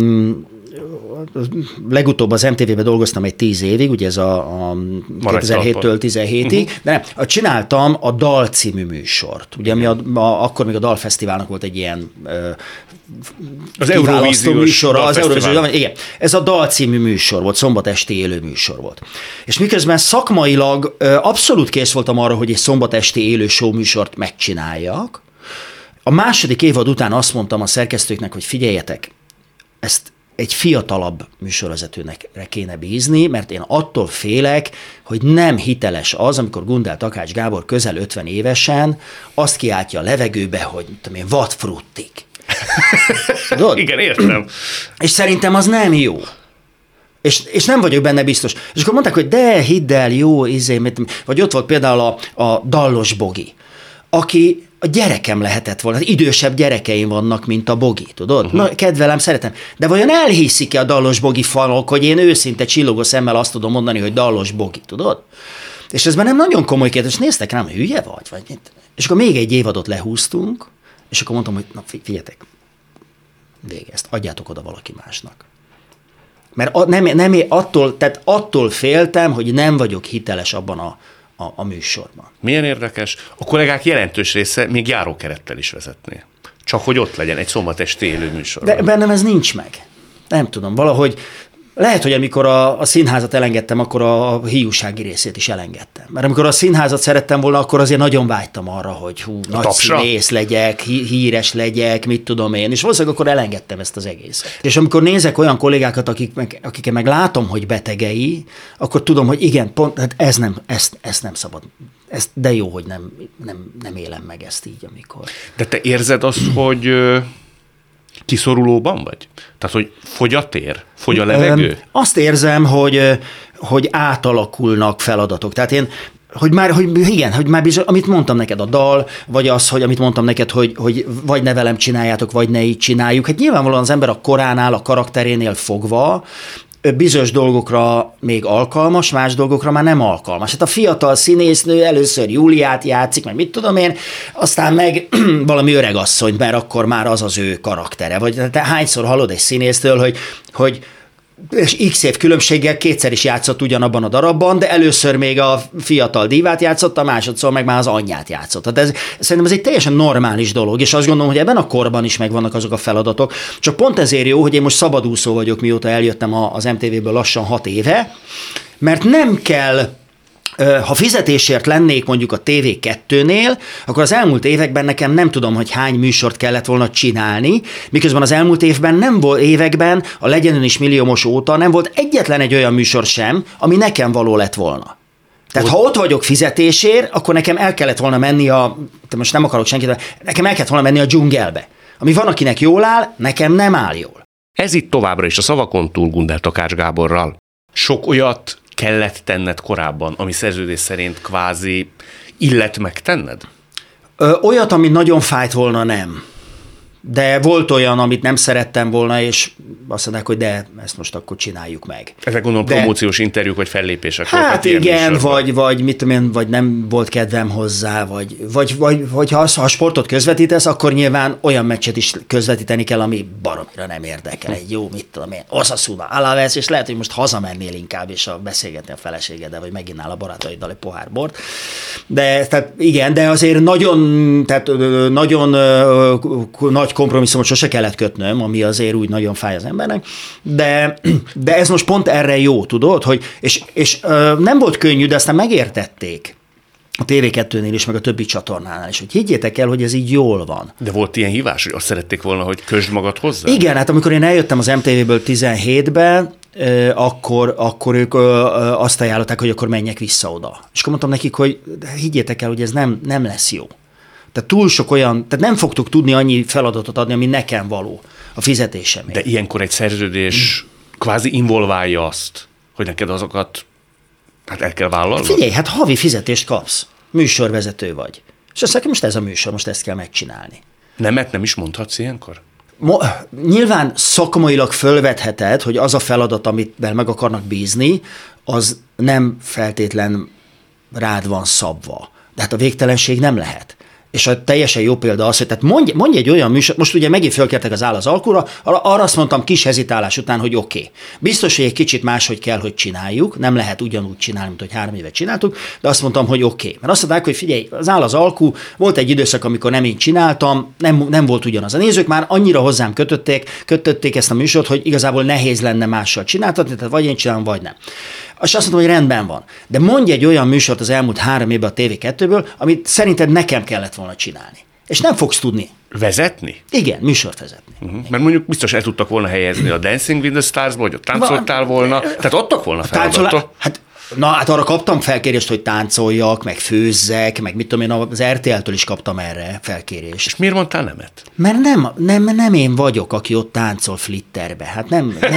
legutóbb az MTV-ben dolgoztam egy 10 évig, ugye ez a 2007-től 17-ig, de nem, csináltam a Dal című műsort, ugye ami akkor még a Dalfesztiválnak volt egy ilyen az Eurovíziós műsor, az Eurovíziós, igen, ez a Dal című műsor volt, szombat esti élő műsor volt. És miközben szakmailag abszolút kész voltam arra, hogy egy szombat esti élő show műsort megcsináljak, a második évad után azt mondtam a szerkesztőknek, hogy figyeljetek, ezt egy fiatalabb műsorvezetőnek kéne bízni, mert én attól félek, hogy nem hiteles az, amikor Gundel Takács Gábor közel 50 évesen azt kiáltja a levegőbe, hogy vadfruttik. Igen, értem. És szerintem az nem jó. És nem vagyok benne biztos. És akkor mondták, hogy de hidd el, jó, vagy ott volt például a Dallos Bogi, aki a gyerekem lehetett volna, az idősebb gyerekeim vannak, mint a Bogi, tudod? Na, kedvelem, szeretem. De vajon elhiszik-e a Dallos Bogi fanok, hogy én őszinte csillogó szemmel azt tudom mondani, hogy Dallos Bogi, tudod? És ez már nem nagyon komoly kérdés, és néztek rám, hülye vagy? És akkor még egy évadot lehúztunk, és akkor mondtam, hogy na figyeljetek, vége ezt, adjátok oda valaki másnak. Mert attól féltem, hogy nem vagyok hiteles abban a műsorban. Milyen érdekes. A kollégák jelentős része még járókerettel is vezetné. Csak hogy ott legyen egy szombat esti élő műsorban. De bennem ez nincs meg. Nem tudom, valahogy lehet, hogy amikor a színházat elengedtem, akkor a hiúsági részét is elengedtem. Mert amikor a színházat szerettem volna, akkor azért nagyon vágytam arra, hogy nagy színész legyek, híres legyek, mit tudom én, és valószínűleg akkor elengedtem ezt az egészet. És amikor nézek olyan kollégákat, akik meg látom, hogy betegei, akkor tudom, hogy igen, pont, hát ezt nem szabad. De jó, hogy nem élem meg ezt így, amikor. De te érzed azt, hogy kiszorulóban vagy? Tehát, hogy fogy a tér? Fogy a levegő? Azt érzem, hogy átalakulnak feladatok. Tehát hogy már bizony, amit mondtam neked, a dal, vagy az, hogy amit mondtam neked, hogy vagy ne velem csináljátok, vagy ne így csináljuk. Hát nyilvánvalóan az ember a koránál, a karakterénél fogva bizonyos dolgokra még alkalmas, más dolgokra már nem alkalmas. Hát a fiatal színésznő először Júliát játszik, meg mit tudom én, aztán meg valami öregasszony, mert akkor már az ő karaktere. Vagy te hányszor hallod egy színésztől, hogy és x év különbséggel kétszer is játszott ugyanabban a darabban, de először még a fiatal dívát játszott, a másodszor meg már az anyját játszott. Tehát szerintem ez egy teljesen normális dolog, és azt gondolom, hogy ebben a korban is megvannak azok a feladatok. Csak pont ezért jó, hogy én most szabadúszó vagyok, mióta eljöttem az MTV-ből lassan 6 éve, mert nem kell. Ha fizetésért lennék mondjuk a TV2-nél, akkor az elmúlt években nekem nem tudom, hogy hány műsort kellett volna csinálni, miközben az elmúlt években, a Legyen Ön is milliómos óta nem volt egyetlen egy olyan műsor sem, ami nekem való lett volna. Tehát ha ott vagyok fizetésért, akkor nekem el kellett volna menni most nem akarok senkit, de nekem el kellett volna menni a dzsungelbe. Ami van, akinek jól áll, nekem nem áll jól. Ez itt továbbra is a Szavakon túl Gundel Takács Gáborral. Sok olyat kellett tenned korábban, ami szerződés szerint kvázi illet megtenned? Olyat, ami nagyon fájt volna, nem. De volt olyan, amit nem szerettem volna, és azt mondták, hogy de ezt most akkor csináljuk meg. Ezek gondolom promóciós interjúk, vagy fellépések voltak. Hát igen, vagy mit tudom én, vagy nem volt kedvem hozzá, vagy ha a sportot közvetítesz, akkor nyilván olyan meccset is közvetíteni kell, ami baromira nem érdekel. Egy jó, mit tudom én, Osasuna, Alaves, és lehet, hogy most hazamennél inkább, és beszélgetni a feleségeddel, vagy meginnál a barátaiddal egy pohár bort. De tehát igen, de azért nagyon nagy kompromisszumot sose kellett kötnöm, ami azért úgy nagyon fáj az embernek, de ez most pont erre jó, tudod, hogy, és nem volt könnyű, de aztán megértették a TV2-nél is, meg a többi csatornánál is, hogy higgyétek el, hogy ez így jól van. De volt ilyen hívás, hogy azt szerették volna, hogy kösd magad hozzá? Igen, hát amikor én eljöttem az MTV-ből 17-ben, akkor ők azt ajánlották, hogy akkor menjek vissza oda. És akkor mondtam nekik, hogy higgyétek el, hogy ez nem lesz jó. Tehát túl sok olyan, tehát nem fogtuk tudni annyi feladatot adni, ami nekem való a fizetésem. De ilyenkor egy szerződés kvázi involválja azt, hogy neked azokat el kell vállalnod? Figyelj, hát havi fizetést kapsz, műsorvezető vagy. És azt mondja, most ez a műsor, most ezt kell megcsinálni. Nemet nem is mondhatsz ilyenkor? Nyilván szakmailag fölvetheted, hogy az a feladat, amit meg akarnak bízni, az nem feltétlen rád van szabva. De hát a végtelenség nem lehet. És a teljesen jó példa az, hogy tehát mondj egy olyan műsor, most ugye megint fölkértek az Áll az alkúra, arra azt mondtam kis hezitálás után, hogy oké. Biztos, hogy egy kicsit máshogy kell, hogy csináljuk, nem lehet ugyanúgy csinálni, mint hogy 3 évet csináltuk, de azt mondtam, hogy oké. Mert azt mondták, hogy figyelj, az Áll az alkú, volt egy időszak, amikor nem én csináltam, nem volt ugyanaz. A nézők már annyira hozzám kötötték ezt a műsort, hogy igazából nehéz lenne mással csináltatni, tehát vagy én csinálom, vagy nem. És azt mondom, hogy rendben van. De mondj egy olyan műsort az elmúlt 3 évben a TV2-ből, amit szerinted nekem kellett volna csinálni. És nem fogsz tudni. Vezetni? Igen, műsort vezetni. Mert mondjuk biztos el tudtak volna helyezni a Dancing with the Stars-ba, hogy ott táncoltál volna, tehát adtak volna feladatot. Hát arra kaptam felkérést, hogy táncoljak, meg főzzek, meg mit tudom én, az RTL-től is kaptam erre felkérést. És miért mondtál nemet? Mert nem én vagyok, aki ott táncol flitterbe. Hát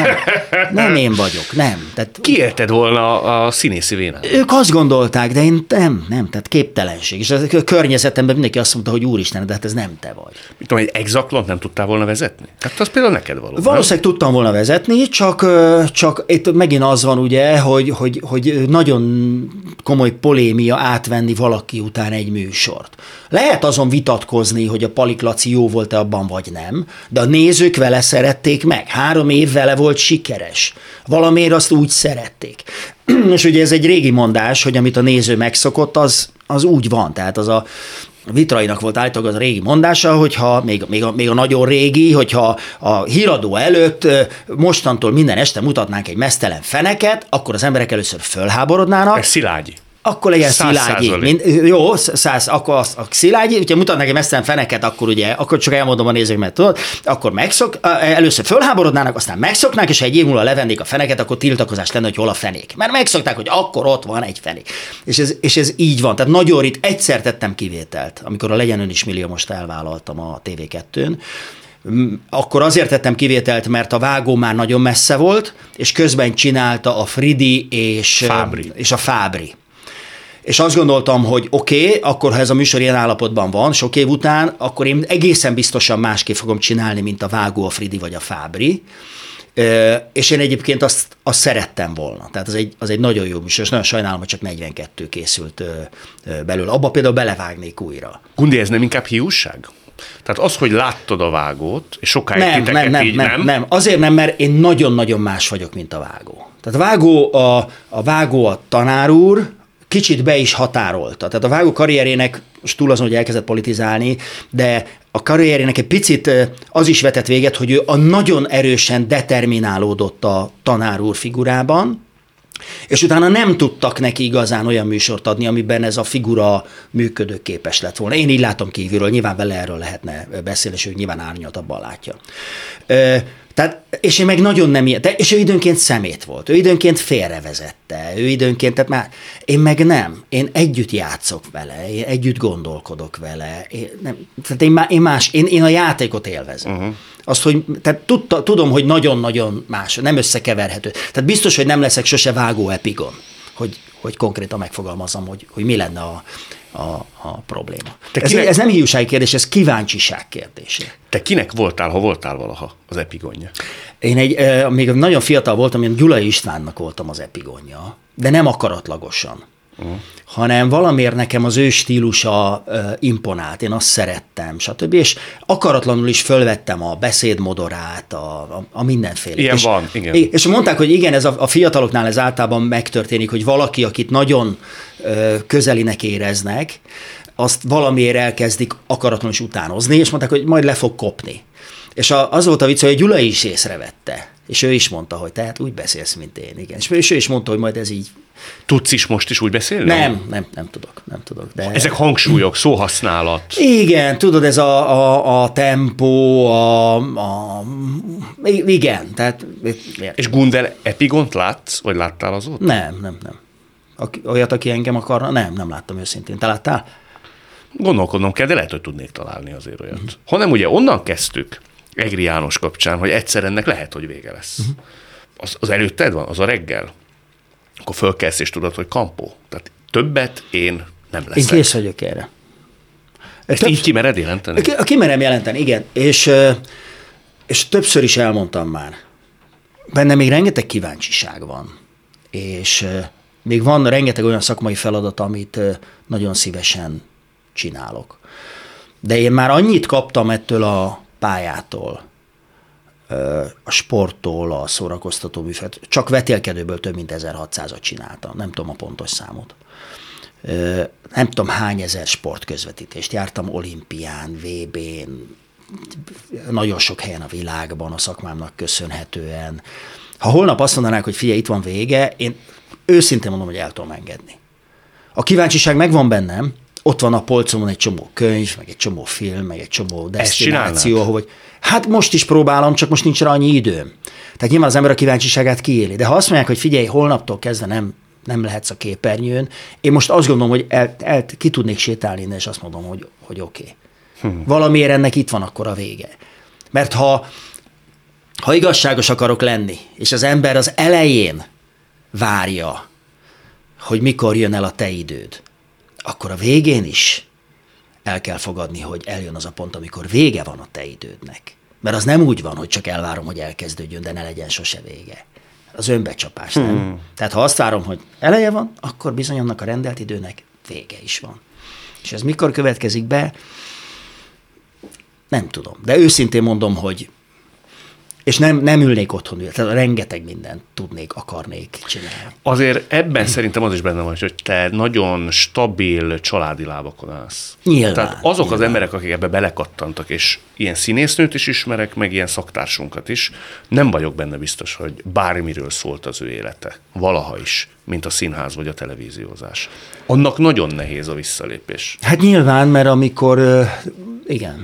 nem én vagyok, nem. Tehát, kiélted volna a színészi vénát? Ők azt gondolták, de én nem, tehát képtelenség. És a környezetemben mindenki azt mondta, hogy úristen, de hát ez nem te vagy. Mit tudom, egy exatlont nem tudtál volna vezetni? Hát az például neked való. Valószínűleg tudtam volna vezetni, csak itt megint az van ugye, hogy nagyon komoly polémia átvenni valaki után egy műsort. Lehet azon vitatkozni, hogy a Palik Laci jó volt-e abban, vagy nem, de a nézők vele szerették meg. 3 év vele volt sikeres. Valamiért azt úgy szerették. És ugye ez egy régi mondás, hogy amit a néző megszokott, az úgy van. Tehát az a Vitrainak volt állítólag az a régi mondása, hogyha még a nagyon régi, hogyha a híradó előtt mostantól minden este mutatnánk egy meztelen feneket, akkor az emberek először fölháborodnának. Ez Szilágyi. Akkor legyen Szilágyi. Jó, akkor a Szilágyi, hogyha mutatnak egy mesztelen feneket, akkor csak elmondom a nézőknek, tudod, akkor először fölháborodnának, aztán megszoknák, és ha egy év múlva levennék a feneket, akkor tiltakozást lenne, hogy hol a fenék. Mert megszokták, hogy akkor ott van egy fenék. És ez így van. Tehát nagyon egyszer tettem kivételt, amikor a Legyen Ön is Milliómost elvállaltam a TV2-n, akkor azért tettem kivételt, mert a vágó már nagyon messze volt, és közben csinálta a Fridi és a Fábri. És azt gondoltam, hogy oké, akkor ha ez a műsor ilyen állapotban van, sok év után, akkor én egészen biztosan másképp fogom csinálni, mint a vágó, a Fridi vagy a Fábri. És én egyébként azt szerettem volna. Tehát az egy nagyon jó műsor, és nagyon sajnálom, hogy csak 42 készült belőle. Abba például belevágnék újra. Gundi, ez nem inkább hiúság? Tehát az, hogy láttad a vágót, és sokáig titeket így nem? Nem. Azért nem, mert én nagyon-nagyon más vagyok, mint a vágó. Tehát a vágó a tanár úr, kicsit be is határolta. Tehát a vágó karrierének, és túl azon, hogy elkezdett politizálni, de a karrierének egy picit az is vetett véget, hogy ő nagyon erősen determinálódott a tanár úr figurában, és utána nem tudtak neki igazán olyan műsort adni, amiben ez a figura működőképes lett volna. Én így látom kívülről, nyilván vele erről lehetne beszélni, és ő nyilván árnyaltabban látja. Tehát, és én meg nagyon nem ilyen, és ő időnként szemét volt, ő időnként félrevezette, ő időnként, tehát már én meg nem, én együtt játszok vele, én együtt gondolkodok vele, én a játékot élvezem. Uh-huh. Azt, hogy tehát tudom, hogy nagyon-nagyon más, nem összekeverhető. Tehát biztos, hogy nem leszek sose vágó epigon, hogy konkrétan megfogalmazom, hogy mi lenne a probléma. Ez nem hiúsági kérdés, ez kíváncsiság kérdése. Te kinek voltál, ha voltál valaha az epigonja? Én még nagyon fiatal voltam, én Gyulai Istvánnak voltam az epigonja, de nem akaratlagosan. Hanem valamiért nekem az ő stílusa imponált, én azt szerettem, stb. És akaratlanul is fölvettem a beszédmodorát, a mindenféle. Ilyen van, igen. És mondták, hogy igen, ez a fiataloknál ez általában megtörténik, hogy valaki, akit nagyon közelinek éreznek, azt valamiért elkezdik akaratlanul is utánozni, és mondták, hogy majd le fog kopni. És az volt a vicc, hogy a Gyula is észrevette, és ő is mondta, hogy te hát úgy beszélsz, mint én, igen. És ő is mondta, hogy majd ez így. Tudsz is most is úgy beszélni? Nem tudok. De... Ezek hangsúlyok, szóhasználat. Igen, tudod, ez a tempó, igen, tehát... És Gundel epigont látsz, vagy láttál azóta? Nem. Olyat, aki engem akarna? Nem láttam őszintén. Te láttál? Gondolkodnom kell, de lehet, hogy tudnék találni azért olyat. Hanem ugye onnan kezdtük, Egri János kapcsán, hogy egyszer ennek lehet, hogy vége lesz. Az előtted van, az a reggel. Akkor fölkelsz és tudod, hogy kampó. Tehát többet én nem leszek. Én kész vagyok erre. Ezt így kimered jelenteni? Kimerem jelenteni, igen. És többször is elmondtam már. Benne még rengeteg kíváncsiság van. És még van rengeteg olyan szakmai feladat, amit nagyon szívesen csinálok. De én már annyit kaptam ettől a pályától, a sporttól, a szórakoztató műfajt. Csak vetélkedőből több mint 1600-at csináltam. Nem tudom a pontos számot. Nem tudom hány ezer sportközvetítést. Jártam olimpián, VB-n, nagyon sok helyen a világban a szakmámnak köszönhetően. Ha holnap azt mondanák, hogy figyelj, itt van vége, én őszintén mondom, hogy el tudom engedni. A kíváncsiság megvan bennem, ott van a polcomon egy csomó könyv, meg egy csomó film, meg egy csomó desztináció, hogy hát most is próbálom, csak most nincs rá annyi időm. Tehát nyilván az ember a kíváncsiságát kiéli. De ha azt mondják, hogy figyelj, holnaptól kezdve nem lehetsz a képernyőn, én most azt gondolom, hogy ki tudnék sétálni innen, és azt mondom, hogy oké. Valamiért ennek itt van akkor a vége. Mert ha igazságos akarok lenni, és az ember az elején várja, hogy mikor jön el a te időd, akkor a végén is el kell fogadni, hogy eljön az a pont, amikor vége van a te idődnek. Mert az nem úgy van, hogy csak elvárom, hogy elkezdődjön, de ne legyen sose vége. Az önbecsapás, nem? Tehát ha azt várom, hogy eleje van, akkor bizony annak a rendelt időnek vége is van. És ez mikor következik be, nem tudom. De őszintén mondom, hogy és nem ülnék otthon, tehát rengeteg mindent tudnék, akarnék csinálni. Azért ebben szerintem az is benne van, hogy te nagyon stabil családi lábakon állsz. Nyilván. Tehát azok az emberek, akik ebbe belekattantak, és ilyen színésznőt is ismerek, meg ilyen szaktársunkat is, nem vagyok benne biztos, hogy bármiről szólt az ő élete. Valaha is, mint a színház vagy a televíziózás. Annak nagyon nehéz a visszalépés. Hát nyilván, mert amikor, igen.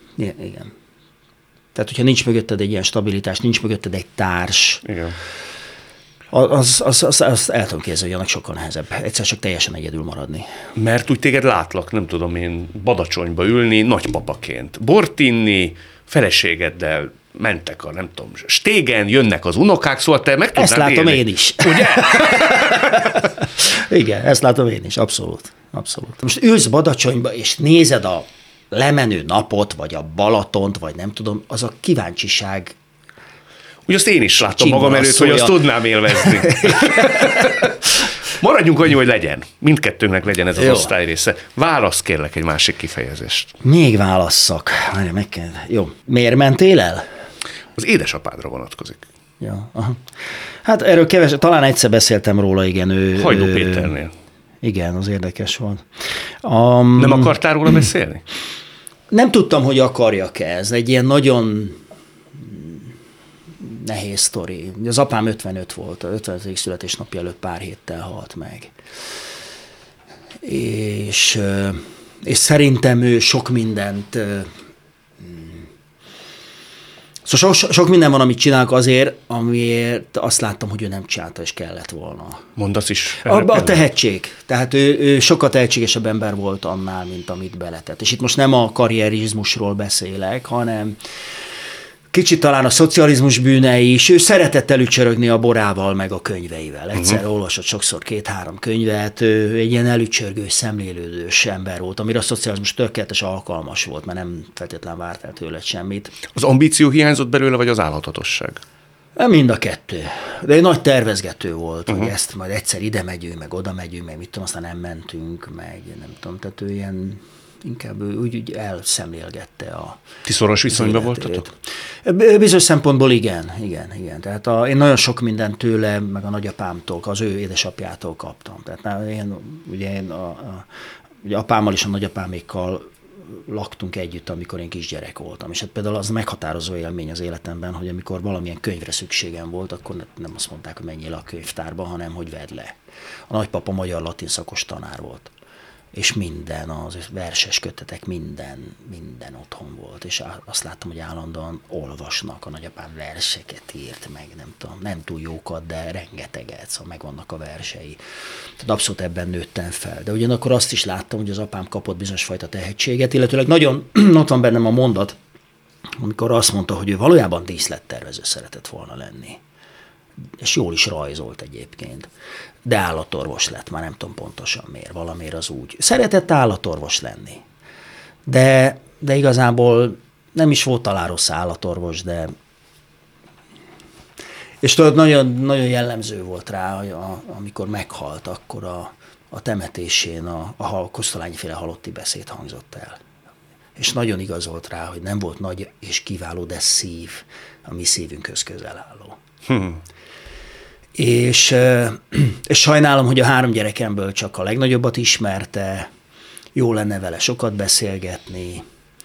Tehát, hogyha nincs mögötted egy ilyen stabilitás, nincs mögötted egy társ, igen. Az el tudom képzelni, hogy annak sokkal nehezebb. Egyszer csak teljesen egyedül maradni. Mert úgy téged látlak, nem tudom én, Badacsonyba ülni nagypapaként, bort inni, feleségeddel mentek a, nem tudom, stégen, jönnek az unokák, szóval te meg tudnád Ezt látom élni. én is. Ugye? Igen, ezt látom én is, abszolút. Most ülsz Badacsonyba, és nézed a lemenő napot, vagy a Balatont, vagy nem tudom, az a kíváncsiság. Úgy azt én is láttam magam előtt, hogy azt tudnám élvezni. Maradjunk annyi, hogy legyen. Mindkettőnknek legyen ez az osztály része. Válasz kérlek egy másik kifejezést. Még válasszak. Várj, meg kell. Jó. Miért mentél el? Az édesapádra vonatkozik. Ja, aha. Hát erről talán egyszer beszéltem róla, igen. Hajdú Péternél. Igen, az érdekes volt. Nem akartál róla beszélni? Nem tudtam, hogy akarjak-e. Ez egy ilyen nagyon nehéz sztori. Az apám 55 volt, a 50. születésnapja előtt pár héttel halt meg. És szerintem ő sok mindent... Szóval sok minden van, amit csinálok azért, amiért azt láttam, hogy ő nem csinálta, és kellett volna. Mondasz is. A tehetség. Tehát ő sokkal tehetségesebb ember volt annál, mint amit beletett. És itt most nem a karrierizmusról beszélek, hanem kicsit talán a szocializmus bűnei is. Ő szeretett elücsörögni a borával, meg a könyveivel. Egyszer olvasott sokszor 2-3 könyvet. Ő egy ilyen elücsörgő, szemlélődős ember volt, amire a szocializmus tökéletes alkalmas volt, mert nem feltétlenül várt el tőle semmit. Az ambíció hiányzott belőle, vagy az álhatatosság? Mind a kettő. De egy nagy tervezgető volt, hogy ezt majd egyszer ide megyünk, meg oda megyünk, meg mit tudom, aztán nem mentünk, meg nem tudom, tehát ő ilyen inkább úgy elszemlélgette a... Ti szoros viszonyban voltatok? Bizonyos szempontból igen. Tehát én nagyon sok mindent tőle, meg a nagyapámtól, az ő édesapjától kaptam. Tehát én apámmal és a nagyapámékkal laktunk együtt, amikor én kisgyerek voltam. És hát például az meghatározó élmény az életemben, hogy amikor valamilyen könyvre szükségem volt, akkor nem azt mondták, hogy menjél a könyvtárba, hanem hogy vedd le. A nagypapa magyar-latin szakos tanár volt. És minden, az verses kötetek, minden otthon volt. És azt láttam, hogy állandóan olvasnak, a nagyapám verseket írt meg, nem tudom, nem túl jókat, de rengeteget, szóval megvannak a versei. Tehát abszolút ebben nőttem fel. De ugyanakkor azt is láttam, hogy az apám kapott bizonyos fajta tehetséget, illetőleg nagyon ott van bennem a mondat, amikor azt mondta, hogy ő valójában díszlettervező szeretett volna lenni. És jól is rajzolt egyébként. De állatorvos lett, már nem tudom pontosan miért, valamiért az úgy. Szeretett állatorvos lenni. de igazából nem is volt talán rossz állatorvos, de és tudod, nagyon, nagyon jellemző volt rá, hogy amikor meghalt, akkor a temetésén a Kosztolányi-féle halotti beszéd hangzott el. És nagyon igaz volt rá, hogy nem volt nagy és kiváló, de szív, a mi szívünkhöz közel álló. És sajnálom, hogy a 3 gyerekemből csak a legnagyobbat ismerte, jó lenne vele sokat beszélgetni,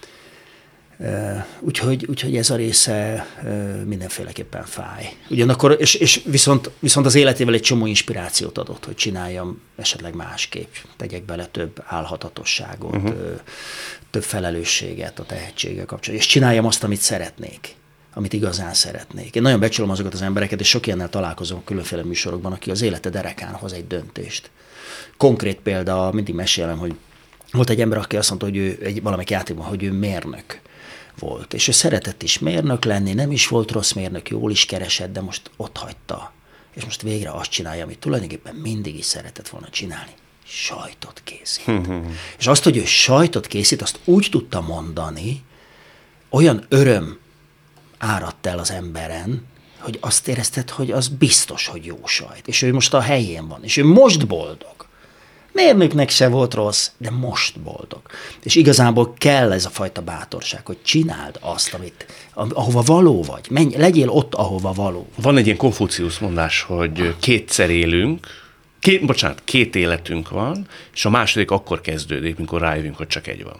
úgyhogy ez a része mindenféleképpen fáj. Ugyanakkor, és viszont az életével egy csomó inspirációt adott, hogy csináljam esetleg másképp, tegyek bele több álhatatosságot, több felelősséget a tehetséggel kapcsolatban, és csináljam azt, amit szeretnék, amit igazán szeretnék. Én nagyon becsülöm azokat az embereket, és sok ilyennel találkozom különféle műsorokban, aki az élete derekán hoz egy döntést. Konkrét példa, mindig mesélem, hogy volt egy ember, aki azt mondta, hogy ő valamelyik játékban, hogy ő mérnök volt, és ő szeretett is mérnök lenni, nem is volt rossz mérnök, jól is keresett, de most ott hagyta, és most végre azt csinálja, amit tulajdonképpen mindig is szeretett volna csinálni. Sajtot készít. És azt, hogy ő sajtot készít, azt úgy tudta mondani, olyan öröm áradt el az emberen, hogy azt érezted, hogy az biztos, hogy jó sajt. És ő most a helyén van, és ő most boldog. Mérnöknek se volt rossz, de most boldog. És igazából kell ez a fajta bátorság, hogy csináld azt, ahova való vagy. Menj, legyél ott, ahova való. Van egy ilyen Konfuciusz mondás, hogy kétszer élünk, két életünk van, és a második akkor kezdődik, mikor rájövünk, hogy csak egy van.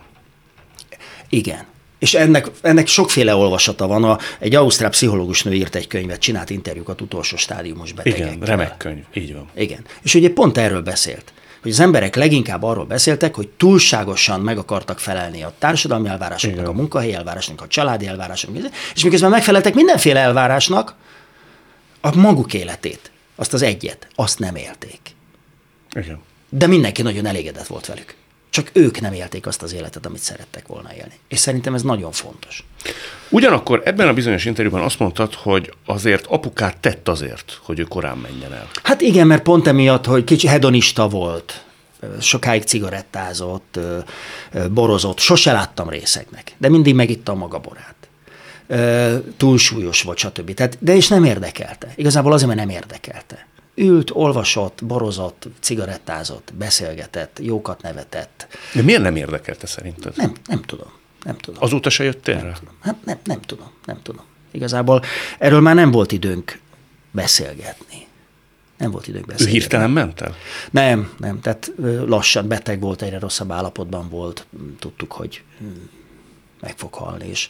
Igen. És ennek sokféle olvasata van. Egy ausztrál pszichológus nő írt egy könyvet, csinált interjúkat utolsó stádiumos betegekkel. Igen, remek könyv, így van. Igen. És ugye pont erről beszélt, hogy az emberek leginkább arról beszéltek, hogy túlságosan meg akartak felelni a társadalmi elvárásoknak, a munkahelyi elvárásoknak, a családi elvárásoknak, és miközben megfeleltek mindenféle elvárásnak, a maguk életét, azt az egyet, azt nem élték. Igen. De mindenki nagyon elégedett volt velük. Csak ők nem élték azt az életet, amit szerettek volna élni. És szerintem ez nagyon fontos. Ugyanakkor ebben a bizonyos interjúban azt mondtad, hogy azért apukát tett azért, hogy ő korán menjen el. Hát igen, mert pont emiatt, hogy kicsi hedonista volt, sokáig cigarettázott, borozott, sose láttam részegnek, de mindig megitta a maga borát. Túlsúlyos volt, stb. De és nem érdekelte. Igazából azért, mert nem érdekelte. Ült, olvasott, borozott, cigarettázott, beszélgetett, jókat nevetett. De miért nem érdekelte szerinted? Nem tudom. Azóta se jöttél rá? Hát nem tudom. Igazából erről már nem volt időnk beszélgetni. Ő hirtelen ment el? Nem. Tehát lassan beteg volt, egyre rosszabb állapotban volt. Tudtuk, hogy meg fog halni, és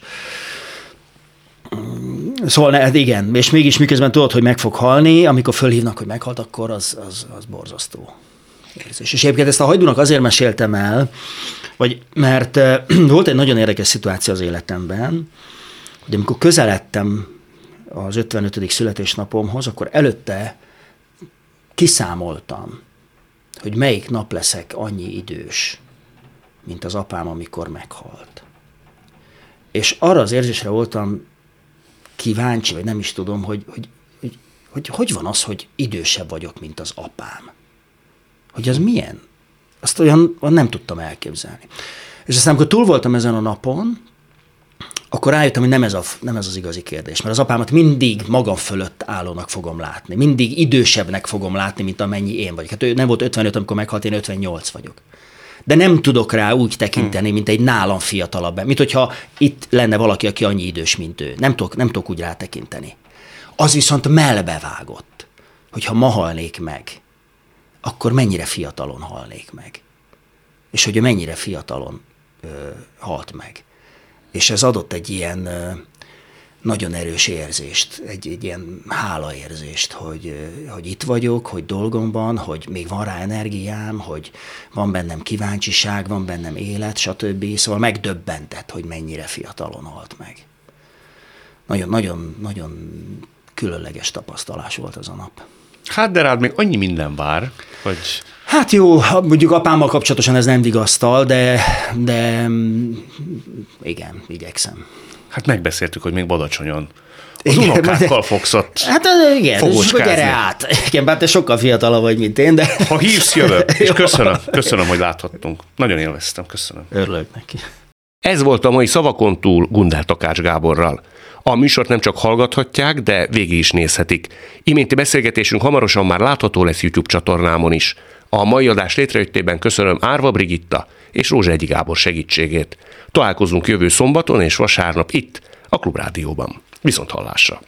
szóval igen, és mégis miközben tudod, hogy meg fog halni, amikor fölhívnak, hogy meghalt, akkor az borzasztó érzés. És egyébként ezt a Hajdúnak azért meséltem el, mert volt egy nagyon érdekes szituáció az életemben, hogy amikor közeledtem az 55. születésnapomhoz, akkor előtte kiszámoltam, hogy melyik nap leszek annyi idős, mint az apám, amikor meghalt. És arra az érzésre voltam kíváncsi, vagy nem is tudom, hogy van az, hogy idősebb vagyok, mint az apám. Hogy az milyen? Azt olyan nem tudtam elképzelni. És aztán, amikor túl voltam ezen a napon, akkor rájöttem, hogy nem ez az igazi kérdés. Mert az apámat mindig magam fölött állónak fogom látni. Mindig idősebbnek fogom látni, mint amennyi én vagyok. Hát ő nem volt 55, amikor meghalt, én 58 vagyok. De nem tudok rá úgy tekinteni, mint egy nálam fiatalabb. Mint hogyha itt lenne valaki, aki annyi idős, mint ő. Nem tudok úgy rátekinteni. Az viszont mellbevágott, hogyha ma halnék meg, akkor mennyire fiatalon halnék meg. És hogy ő mennyire fiatalon halt meg. És ez adott egy ilyen nagyon erős érzést, egy ilyen hálaérzést, hogy itt vagyok, hogy dolgom van, hogy még van rá energiám, hogy van bennem kíváncsiság, van bennem élet, stb. Szóval megdöbbentett, hogy mennyire fiatalon halt meg. Nagyon különleges tapasztalás volt az a nap. Hát de rád még annyi minden vár, hogy... Hát jó, mondjuk apámmal kapcsolatosan ez nem vigasztal, de igen, igyekszem. Hát megbeszéltük, hogy még Badacsonyon az unokákkal fogsz ott hát igen, fogócskázni. Gyere át. Igen, bár te sokkal fiatalabb vagy, mint én, de... Ha hívsz, jövök. És köszönöm, hogy láthattunk. Nagyon élveztem, köszönöm. Örülök neki. Ez volt a mai Szavakon túl Gundel Takács Gáborral. A műsort nem csak hallgathatják, de végig is nézhetik. Iménti beszélgetésünk hamarosan már látható lesz YouTube csatornámon is. A mai adás létrejöttében köszönöm Árva Brigitta és Rózsahegyi Gábor segítségét. Találkozunk jövő szombaton és vasárnap itt, a Klubrádióban. Viszonthallásra!